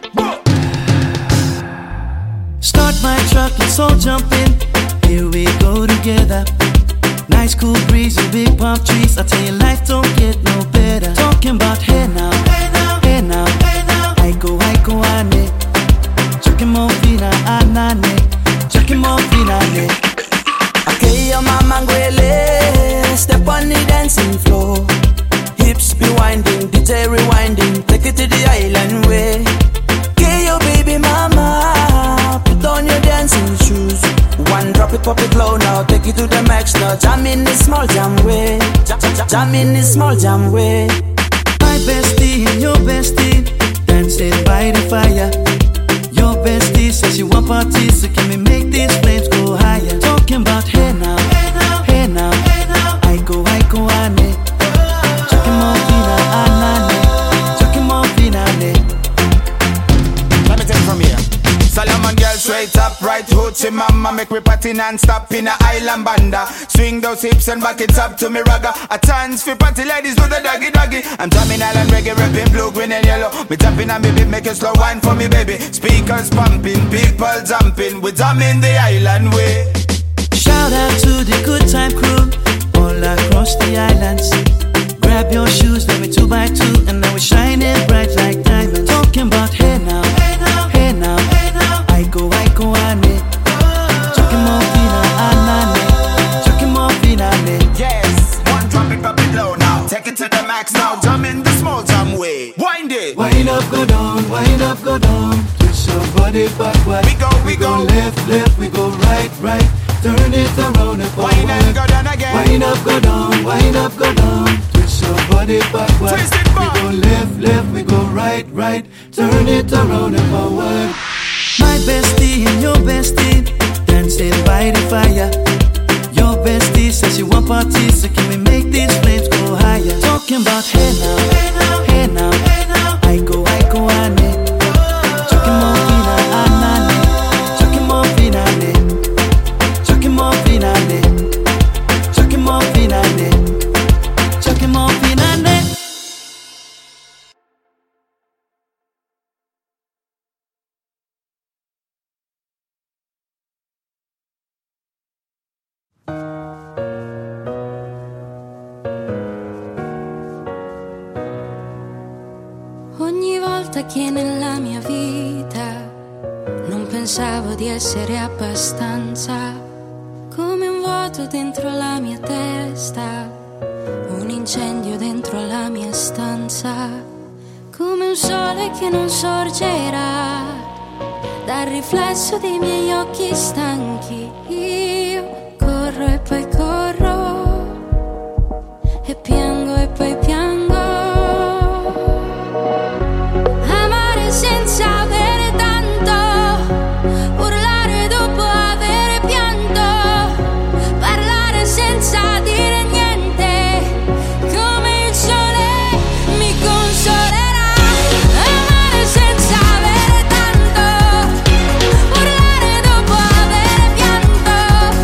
Start my truck, let's all jump in. Here we go together. Nice cool breeze and big palm trees. I tell you, life don't get no better. Talking about hey now, hey now, hey now, hey now. I go, I go, ane. Chucking more fina, anane. Chucking more fina, ane. Okay, your mama ngwele, step on the dancing floor. Hips be winding, D J rewinding. Take it to the island way. Okay, your baby mama, put on your dancing shoes. One drop it, pop it low now, take it to the max now. Jam in the small jam way, jam, jam, jam in the small jam way. My bestie and your bestie dancing by the fire. Your bestie says she want parties, so can we make these flames go higher? Talking about hey now, hey now, hey now, hey now. I go, I go, ane. Chucking more fina, anane. Chucking more fina, ane. Let me take it from here. Solomon girl straight up, right hoochie mama. Make me party non-stop in a island banda. Swing those hips and back it up to me ragga. A chance for party ladies do the doggy doggy. I'm drumming island reggae, rapping blue, green and yellow. Me tapping on me beat, make a slow wine for me baby. Speakers pumping, people jumping. We drumming the island way. Shout out to the good time crew all across the islands. Grab your shoes, let me two by two, and now we're shining bright like diamonds. Talking about hey now, hey now, hey now, hey now. I go, I go, ane. Chucking more fina, anane. Chucking more fina, ane. Yes, one drop it, pop it low now. Take it to the max now. go down, twist your body backward. We go, we, we go, go left, left, we go right, right. Turn it around and forward. Wind up, go down again. Wind up, go down, wind up, go down. Twist your body backward. Twist it back. We go left, left, we go right, right. Turn it around and forward. My bestie and your bestie dancing by the fire. Your bestie says she want parties, so can we make these flames go higher? Talking about hey now, hey now, hey now, hey now. I go, I go, ane. Chucking more fina, anane. Chucking more fina, ane. Chucking more fina, ane. Chucking more fina, ane. Chucking more fina, ane. Ogni volta che nella mia vita non pensavo di essere abbastanza, come un vuoto dentro la mia testa, un incendio dentro la mia stanza, come un sole che non sorgerà dal riflesso dei miei occhi stanchi. Io corro e poi corro e piango e poi piango. Senza avere tanto, urlare dopo avere pianto, parlare senza dire niente, come il sole mi consolerà. Amare senza avere tanto, urlare dopo avere pianto,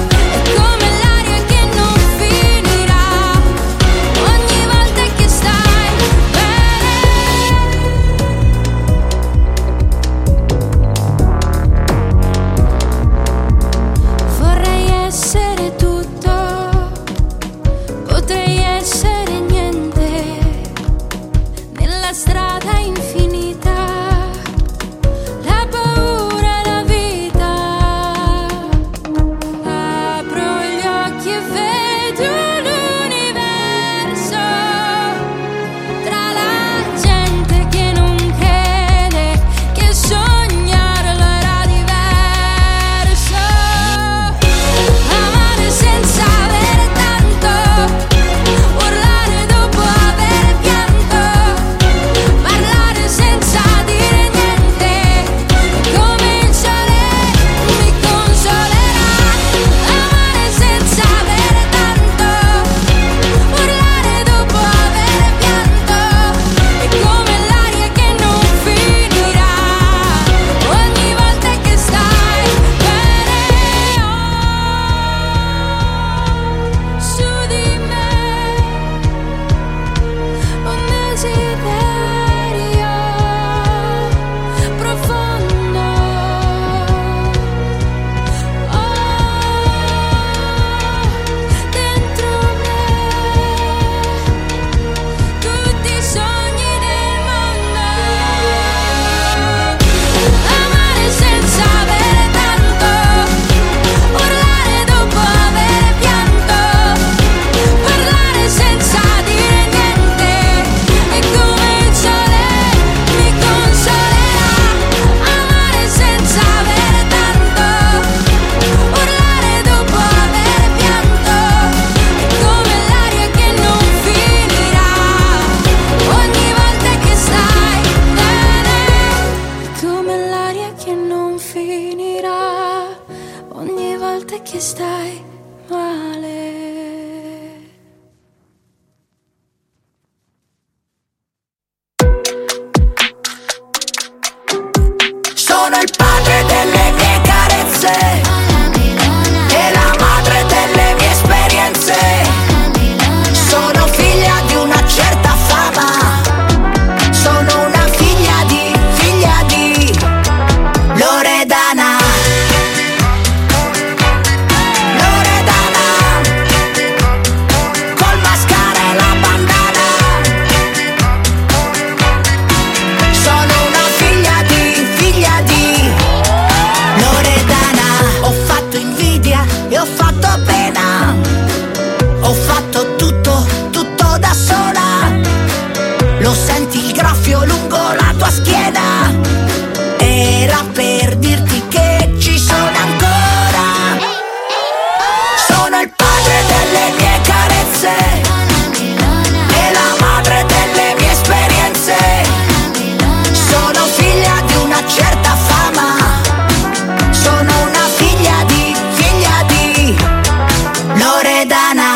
Sono il padre delle mie carezze e la madre delle mie esperienze. Sono figlia di una certa fama. Sono una figlia di, figlia di Loredana.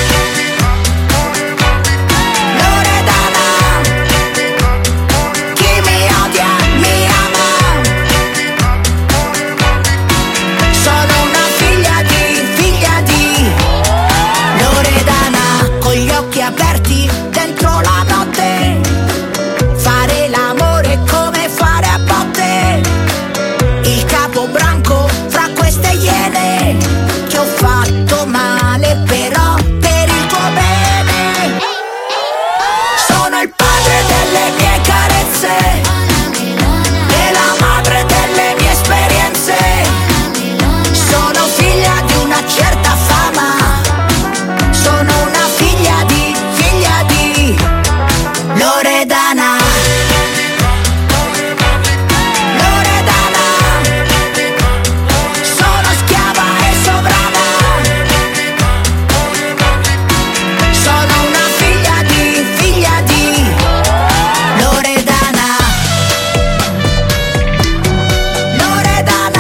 Aperti dentro la notte, fare l'amore come fare a botte, il capo branco fra queste iene. Ti ho fatto male però per il tuo bene. Sono il padre delle mie carezze e la madre delle mie esperienze. Sono figlia di una certa fama. Sono una figlia di Loredana. Loredana. Sono schiava e sovrana. Sono una figlia di, figlia di Loredana. Loredana.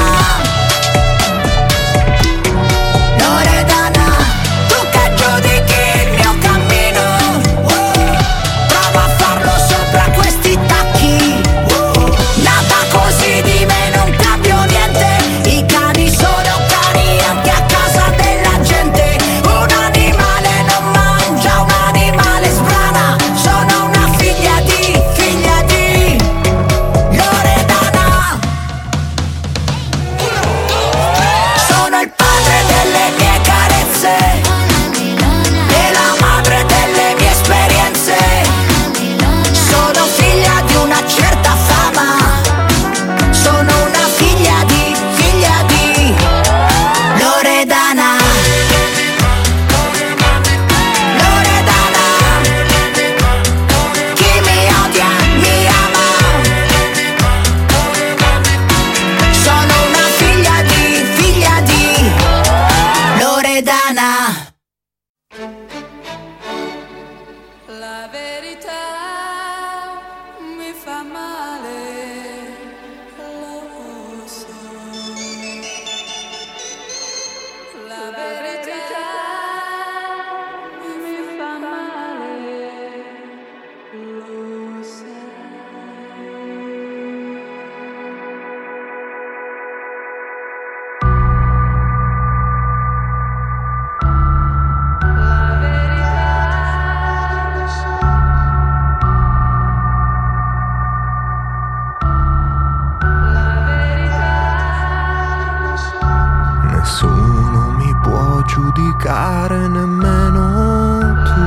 Loredana. Tu che giudichi il mio cammino, prova a farlo sopra questi tacchi. Nata così di me non cambio niente. I cani sono cani anche a casa della gente. Un animale non mangia un animale sbrana. Sono una figlia di, figlia di Loredana. Sono il padre delle mie carezze e la madre delle mie esperienze. Sono figlia di una certa fama. Sono una figlia di, figlia di Loredana. Loredana. Chi mi odia mi ama. Sono una figlia di, figlia di Loredana. La verità mi fa male, lo so. La verità mi fa male, lo sai. Nessuno mi può giudicare, nemmeno tu.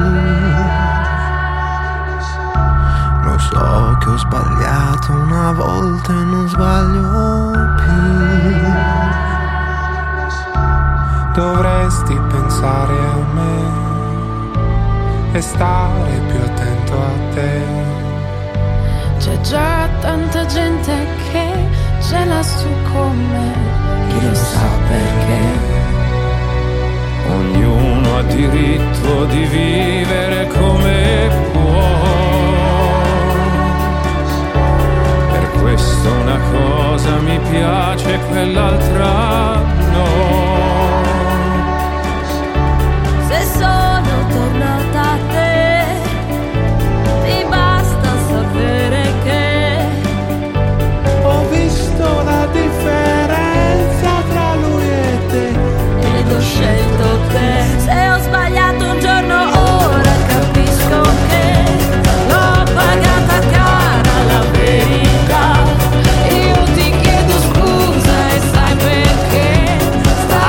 Lo so che ho sbagliato una volta e non sbaglio più. Dovresti pensare a me e stare più attento a te. C'è già tanta gente che ce l'ha su con me. Chi lo sa perché? Ognuno ha diritto di vivere come può. Per questo una cosa mi piace, quell'altra no. Se sono tornata a te, ti basta sapere che Ho visto la differenza tra lui e te ed ho scelto te. Se ho sbagliato un giorno ora capisco che l'ho pagata cara la verità. Io ti chiedo scusa e sai perché. Sta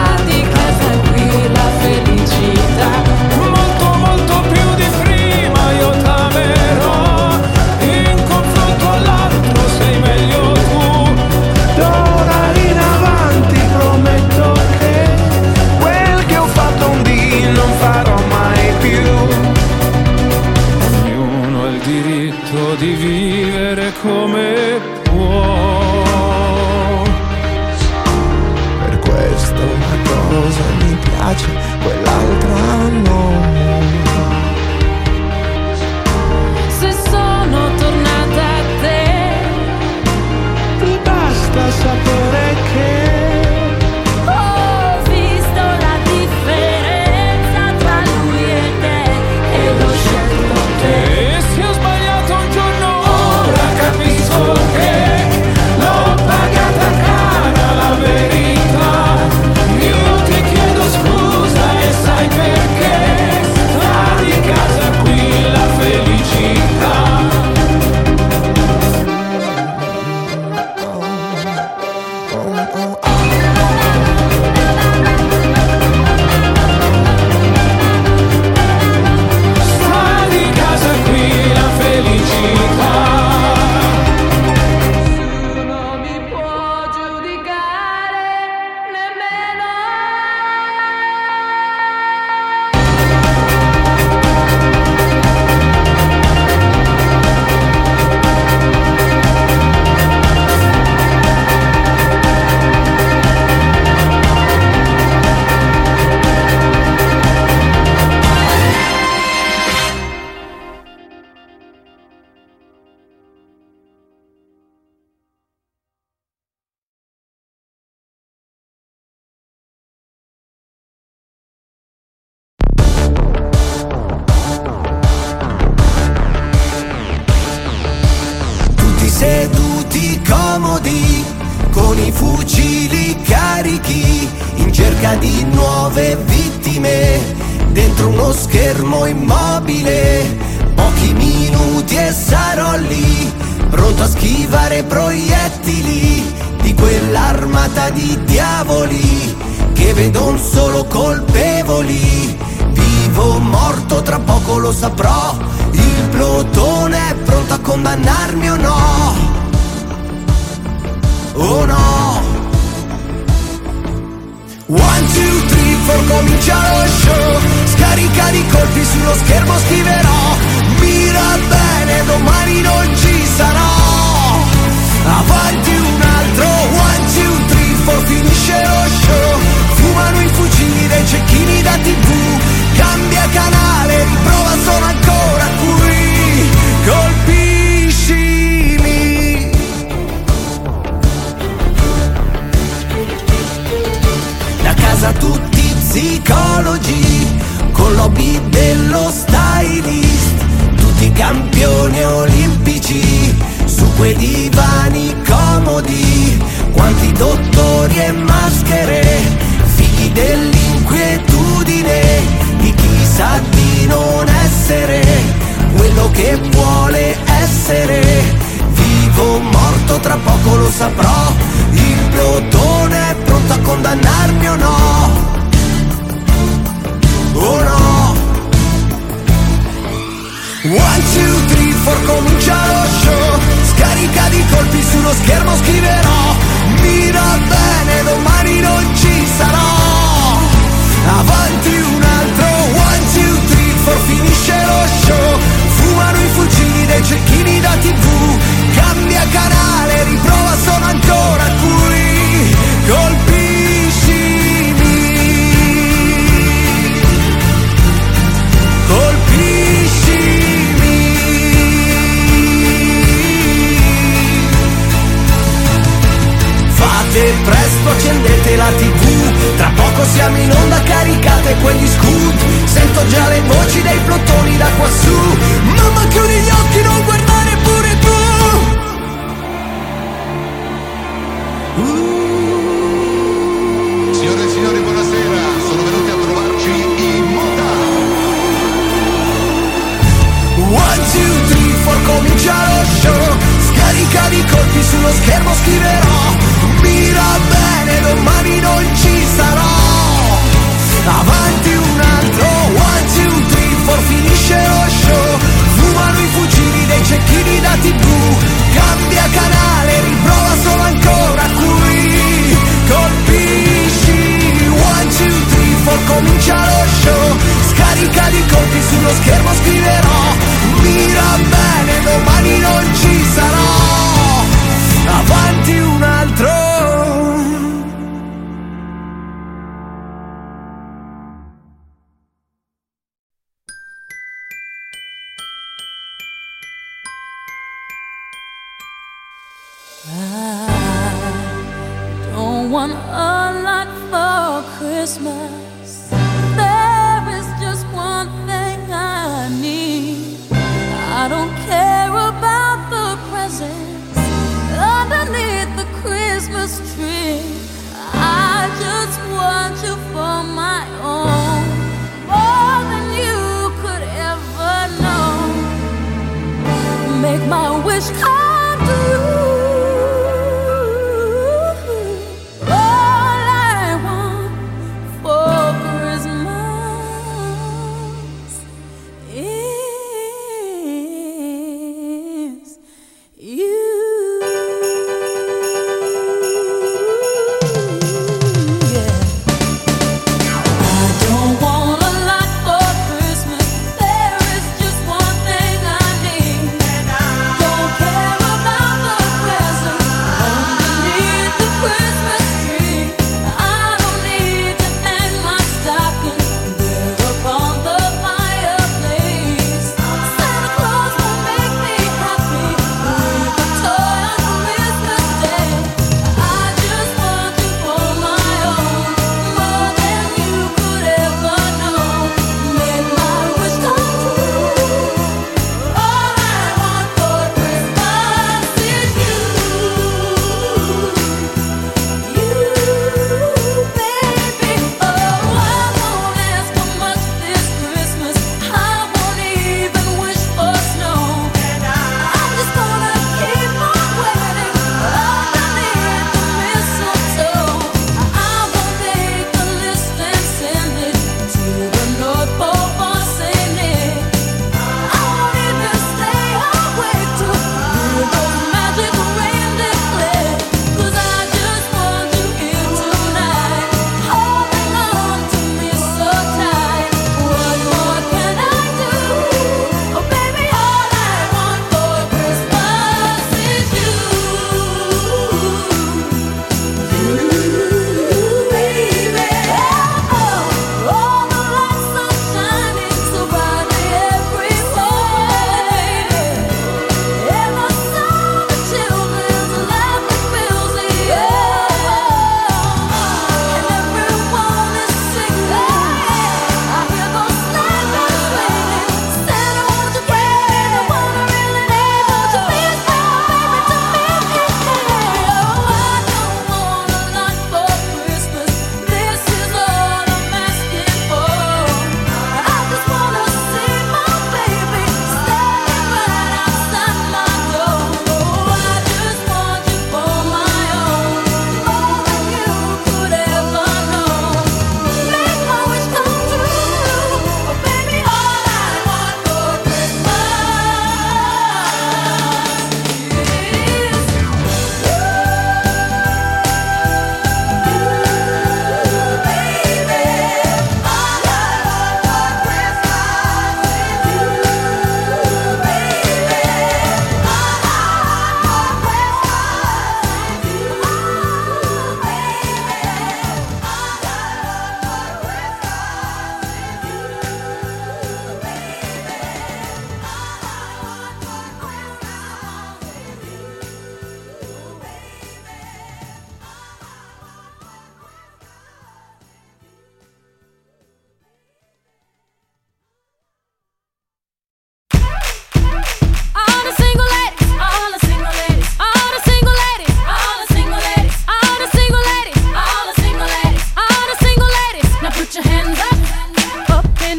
quell'altra no. Se sono tornata a te, ti basta sapere che ho visto la differenza tra lui e te e l'ho scelto te. E se ho sbagliato un giorno, ora capisco che l'ho pagata cara la verità. Io ti chiedo scusa e sai perché sta di casa qui la felicità. Sta di casa qui la felicità. Non mi può giudicare nemmeno. Tutti seduti comodi, con i fucili carichi, in cerca di nuove vittime, dentro uno schermo immobile. Pochi minuti e sarò lì, pronto a schivare proiettili di quell'armata di diavoli che vedon solo colpevoli. Vivo o morto, tra poco lo saprò. Il plotone è pronto a condannarmi o no? Oh no. One, two, three, four, comincia lo show. Scarica di colpi sullo schermo scriverò. Mira bene, domani non ci sarò. Avanti un altro. One, two, three, four, finisce lo show. Fumano i fucili dei cecchini da tivù. Cambia canale, riprova, sono ancora qui. Colpiscimi. Da casa tutti psicologi, con l'hobby dello stylist. Tutti campioni olimpici, su quei divani comodi. Quanti dottori e maschere, figli dell'inquietudine di chi sa di non essere quello che vuole essere. Vivo o morto, tra poco lo saprò. Il plotone è pronto a condannarmi o no? Oh no. One, two, three, four, comincia lo show. Scarica di colpi sullo schermo scriverò. Mira bene, domani non ci sarò. Avanti un altro. One, two, three, four, finisce lo show. Fumano i fucili dei cecchini da tivù. Cambia canale, riprova, sono ancora qui. Colpiscimi. Colpiscimi. Fate presto, accendete la tivù. Tra poco siamo in onda, caricate quegli scoop. Sento già le voci dei plotoni da quassù. Mamma, chiudi gli occhi, non guardare pure tu. Signore e signori, buonasera. Sono venuti a trovarci in moda. One, two, three, four, comincia lo show. Scarica di colpi sullo schermo scriverò. Mira bene, domani non ci sarò. Avanti un altro. One, two, three, four, finisce lo show. Fumano i fucili dei cecchini da tivù. Cambia canale, riprova, sono ancora qui. Colpisci. One, two, three, four, comincia lo show. Scarica di colpi sullo schermo scriverò. Mira bene, domani non ci sarò. Avanti un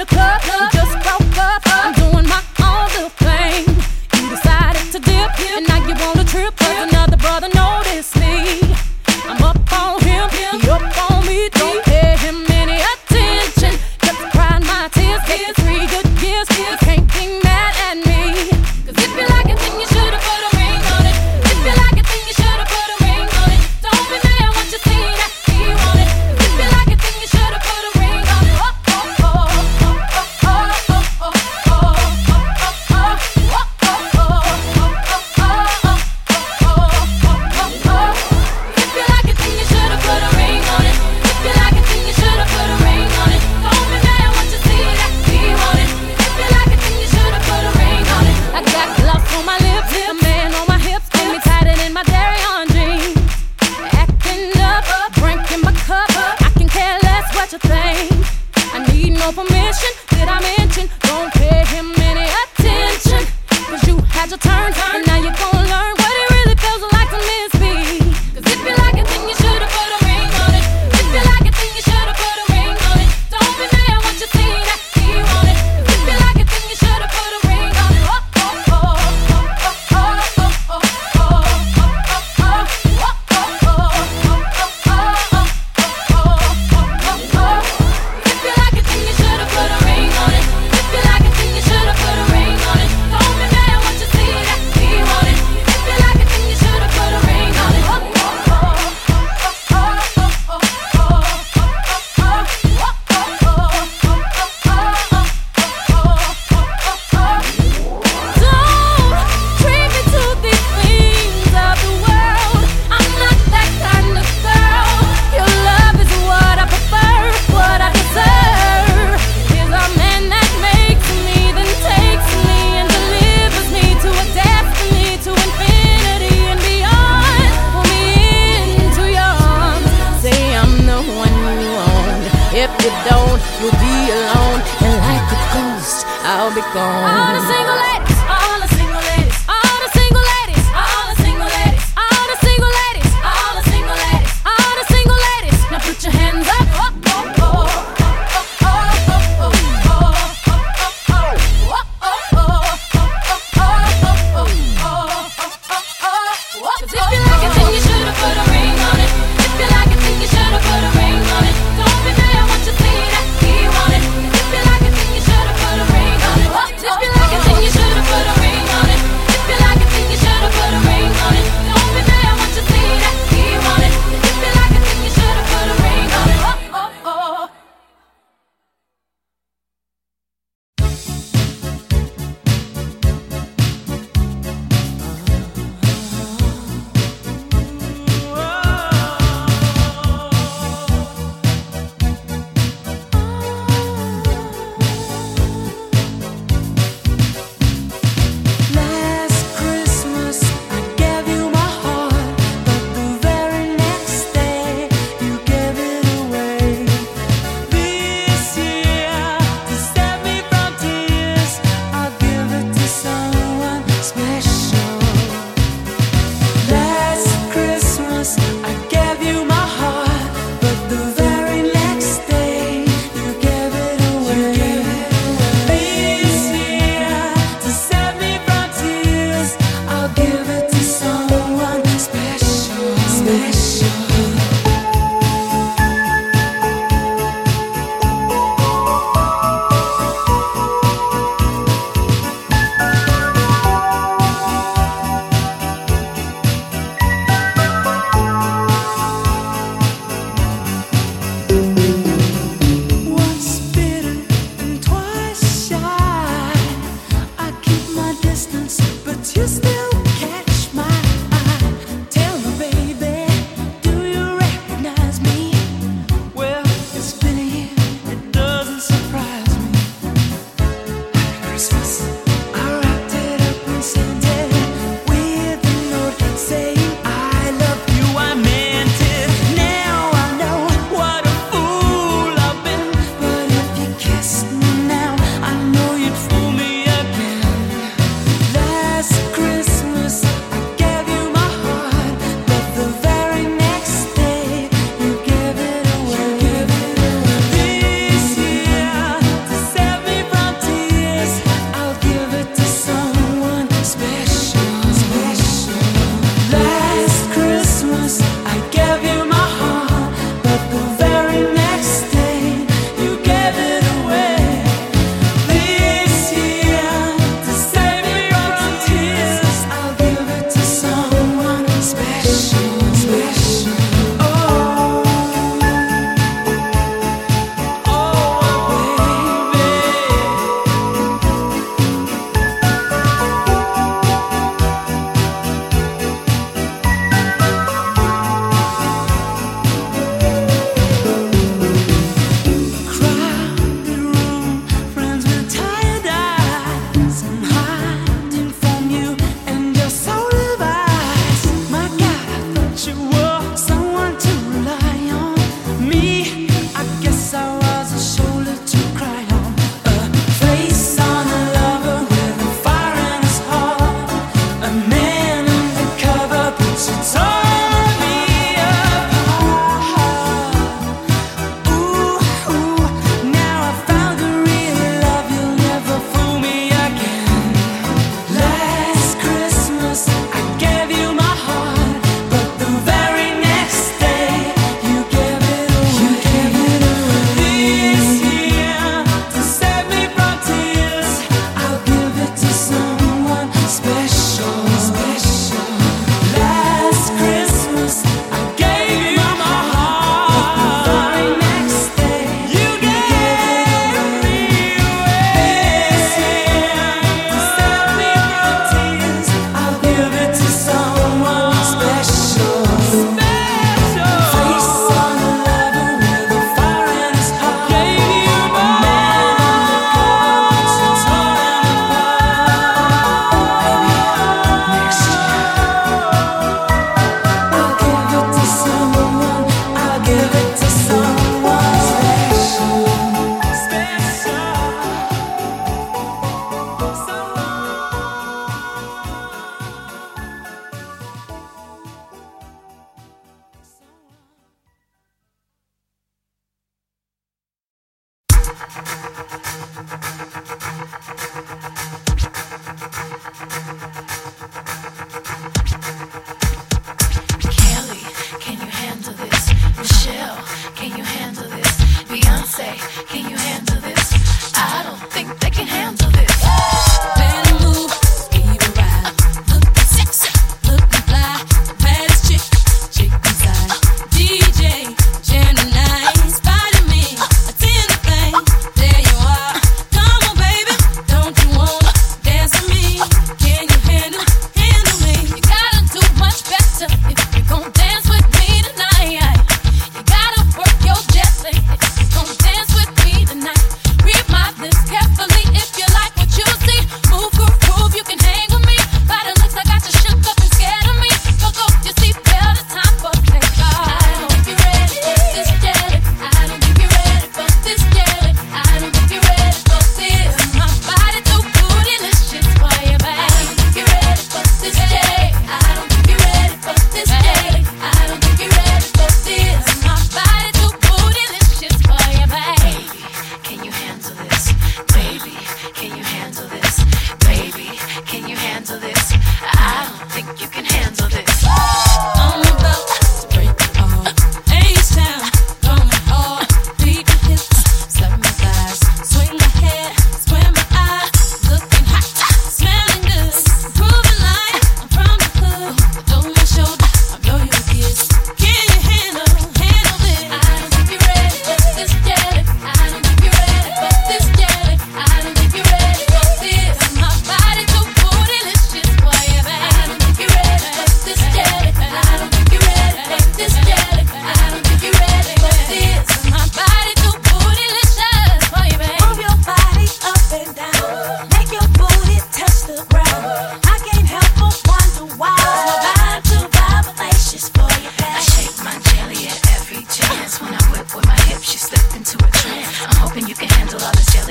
the club, we just broke up. I'm doing my own little thing. You decided to dip, and now you want a trip, cause another brother noticed me. I'm up on him, he up on me. Don't pay him any attention. Just crying my tears, getting three good years. You can't be mad at me. Cause if you like it, then you should've put a ring on it. If you like it, then you should've put a ring on it. Don't be mad once you see that he want it. If you like it, then you should've put a ring on it. Oh, oh, oh, oh, oh, oh, oh, oh, oh, oh, oh, oh. If you like it, then you should've put a ring on it. If you like it, then you should've put a ring on it. Don't be mad once you see that he want it. If you like it, then you should've put a ring on it. I got gloves on my lips, a man on my hips, got me tighter than my dairy on jeans. Acting up, drinking my cup, I can care less what you think. I need no permission, did I mention? Don't pay him any attention. Cause you had your turn, and now you're gonna learn what it really feels like to miss me. Cause if you like it, then you should've put a ring on it. If you like it, then you should've put a ring on it. Don't be mad once you see that he want it. If you like it, then you should've put a ring on it. Oh, oh, oh, oh, oh, oh, oh, oh, oh, If you like it, then you should've put a ring on it. If you like it, then you should've put a ring on it. Don't be mad once you see that he want it. If you like it, then you should've put a ring on it. Oh, oh, oh, oh, oh, oh, Don't treat me to these things of the world. I'm not that kind of girl. Your love is what I prefer, what I deserve. Is a man that makes me, then takes me and delivers me to a destiny, to infinity and beyond. Pull me into your arms, say I'm the one you want. If you don't, you'll be alone, and like a ghost, I'll be gone. All the single ladies, all the single ladies, all the single ladies, all the single ladies, all the single ladies, all the single ladies, all the single ladies. Now put your hands up. Oh, oh, oh. Cause if you like it, then you should've put a ring on it. If you like it, then you should've put a ring on it. Don't be mad once you see that he want it. If you like it, then you should've put a ring on it. If you like it, then you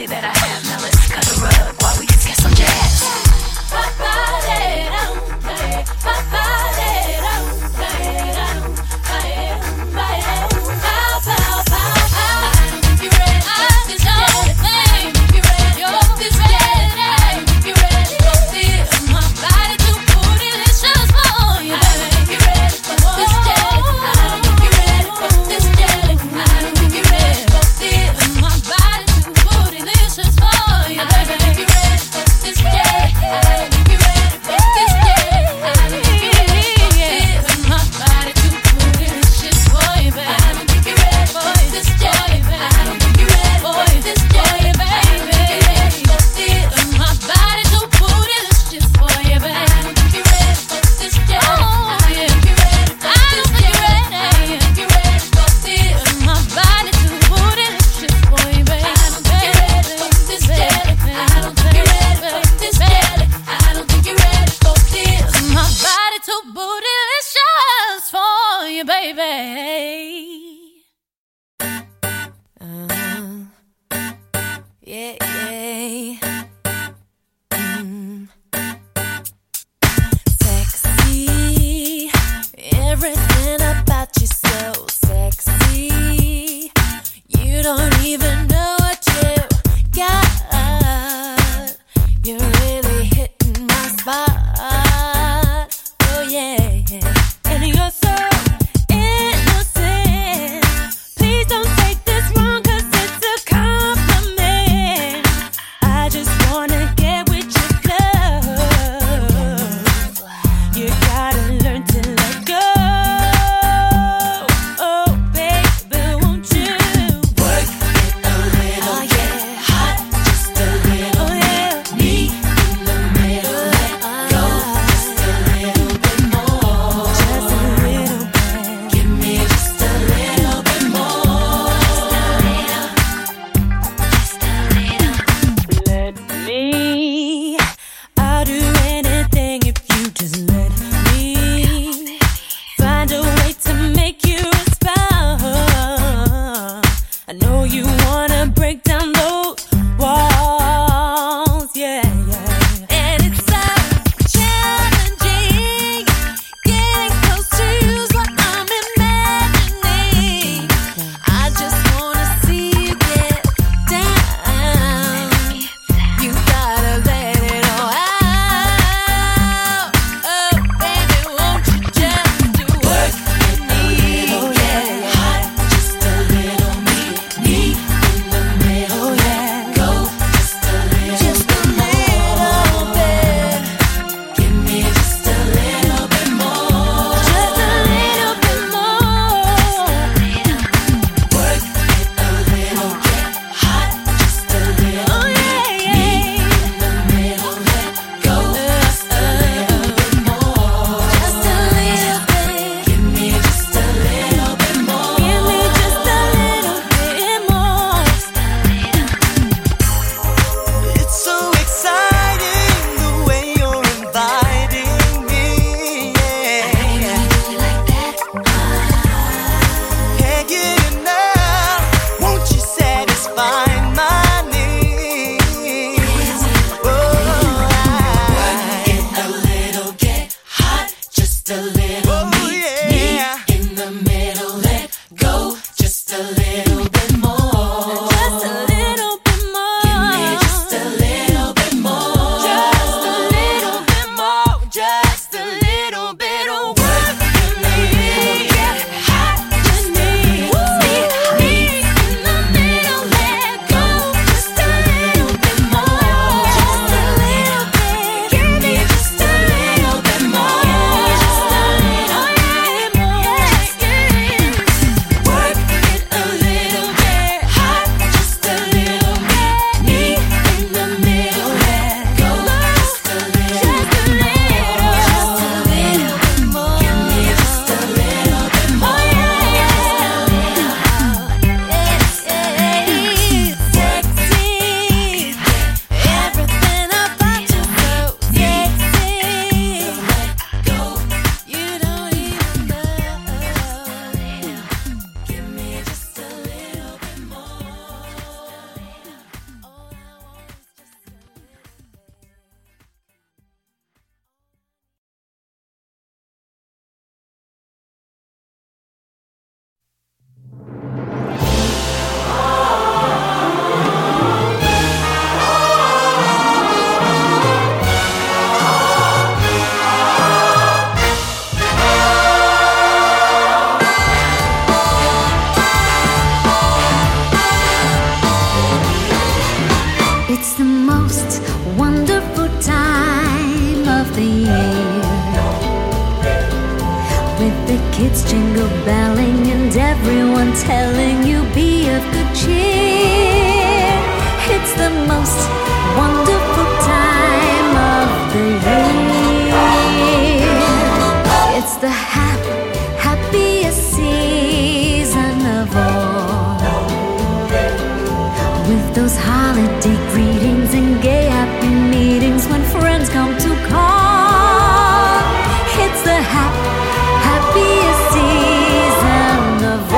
belly that I have. Now let's cut the rug while we get some jazz. Me the most wonderful time of the year, with the kids jingle belling and everyone telling you be of good cheer. It's the most wonderful time of the year. It's the happy, happiest season of all, with those holiday greetings and gay happy meetings when friends come to call. It's the happy, happiest season of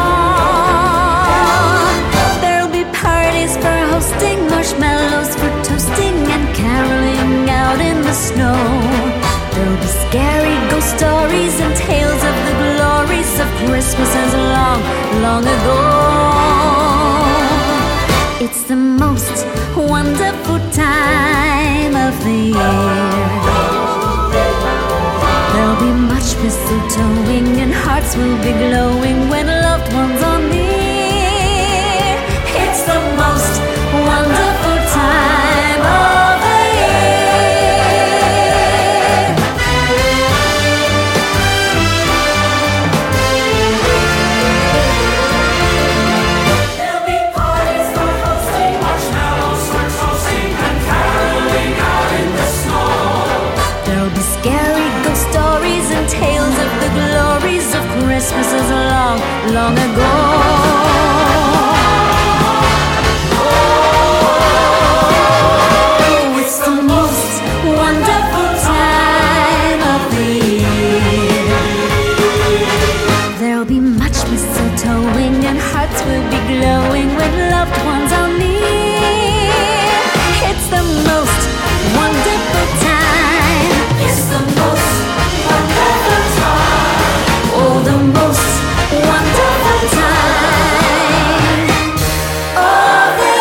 all. There'll be parties for hosting, marshmallows for toasting, and caroling out in the snow. There'll be scary ghost stories and tales of the glories of Christmases long, long ago. It's the most wonderful time of the year. There'll be much mistletoeing and hearts will be glowing when loved ones are near. It's the most wonderful time of the year. There'll be parties for hosting, marshmallows for toasting, and caroling out in the snow. There'll be scary ghost stories and tales of the glories of Christmases long, long ago. Oh, it's the most wonderful time of the year. There'll be much mistletoeing and hearts will be glowing when loved ones are near. It's the most wonderful time. It's the most wonderful time. Oh, the most wonderful time of the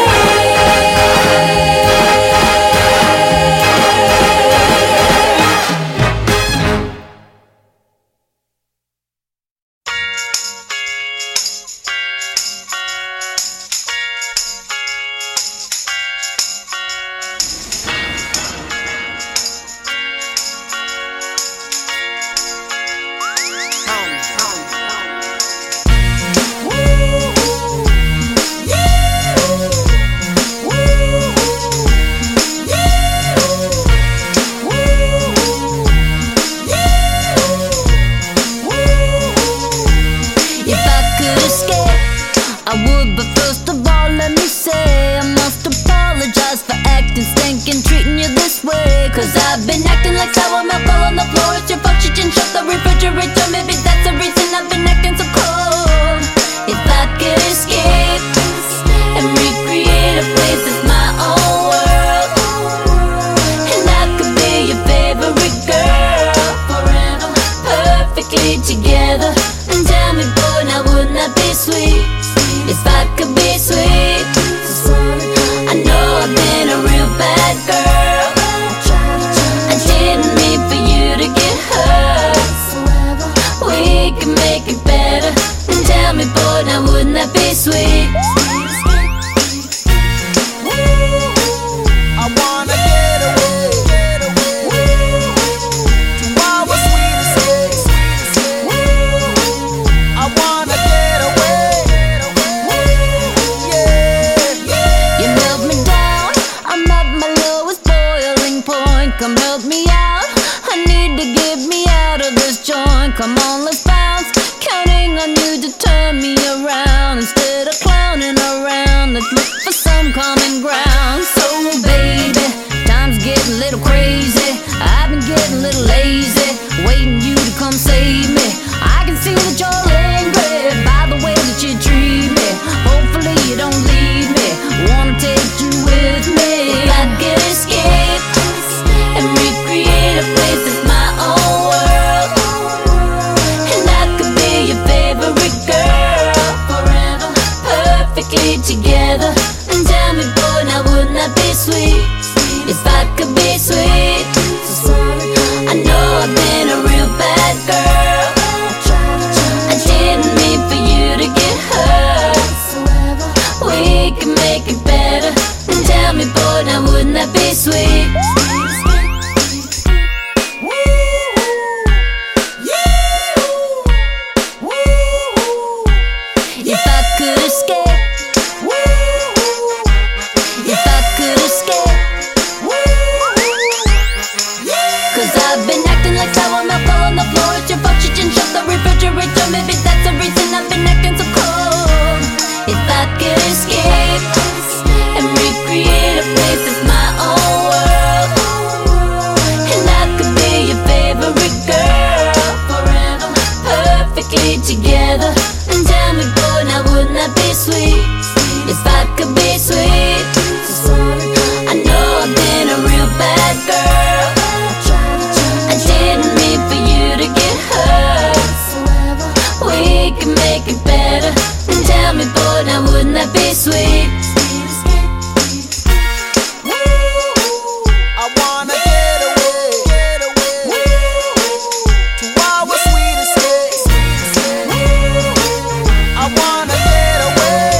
If I could escape, I would, but first of all, let me say I must apologize for acting stinking, treating you this way. Cause I've been acting like sour milk all on the floor. It's your fault you didn't shut the refrigerator. Maybe that's the reason I've been acting so cold. If I could escape and recreate a place that's my own world, and I could be your favorite girl forever, perfectly together. And tell me, boy, now wouldn't that be sweet? If I could be sweet. I know I've been a real bad girl. I didn't mean for you to get hurt. We can make it better. And tell me, boy, now wouldn't that be sweet? I wanna get away, get away to our sweet escape. I wanna get away, yeah. You held me down, I'm at my lowest boiling point. Come help me out, I need to get me out of this joint. Come on, let's bounce, counting on you to turn me around. Instead of clowning around, let's look for some common ground. So baby, time's getting a little crazy. I've been getting a little lazy, waiting you to come save me. I can see that you're angry by the way that you treat me. Hopefully you don't leave me, wanna take you with me. If I could escape and recreate a place that's my own world, and I could be your favorite girl forever, perfectly together. And tell me, boy, now wouldn't that be sweet? If I could be sweet. I know I've been a real bad girl. I didn't mean for you to get hurt. We can make it better. And tell me, boy, now that be sweet? If I could escape, if I could escape, cause I've been acting like sour on the floor, on the floor. It's your fault you didn't shut the refrigerator. Maybe that's the reason I've been acting so cold. If I could escape and recreate a place that's my own world, and I could be your favorite girl forever, perfectly together. And tell me, boy, now wouldn't that be sweet? If I could be sweet. I know I've been a real bad girl. I didn't mean for you to get hurt. We can make it better. And tell me, boy, now wouldn't that be sweet? I wanna get away, get away to our sweet escape. I wanna get away,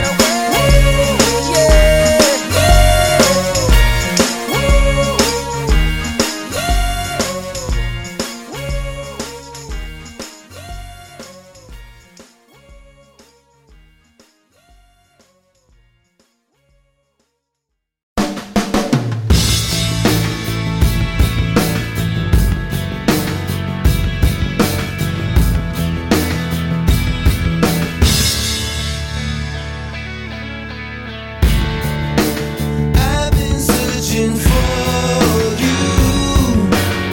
I've been searching for you.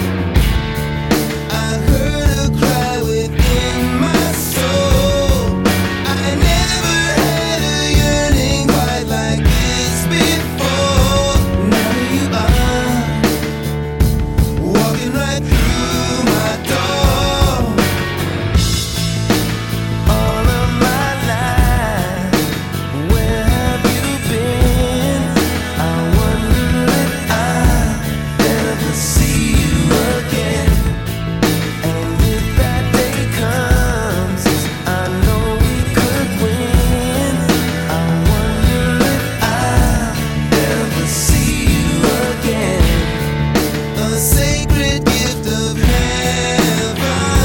I heard a cry within my soul. I never had a yearning quite like this before. Now you are walking right through my door. All of my life, where have you been? I wonder if I'll ever see you again. And if that day comes, I know we could win. I wonder if I'll ever see you again. A sacred gift of heaven,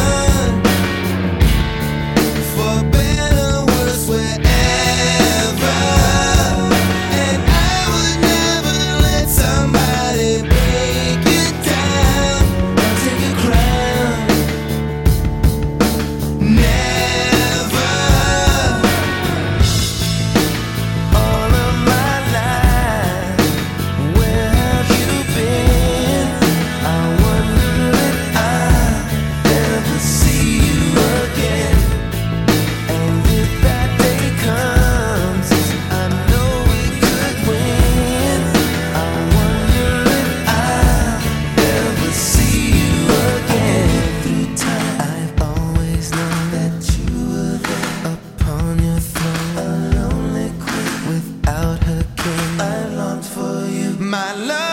for better, worse, wherever. And I would never let somebody break you down or take your crown. Never. All of my life, where have you been? I wonder if I'll ever see you again. And if that day comes, I know we could win. I wonder if I'll ever see you again. Through time, I've always known that you were there upon your throne, a lonely queen without her king. I longed for you, my love.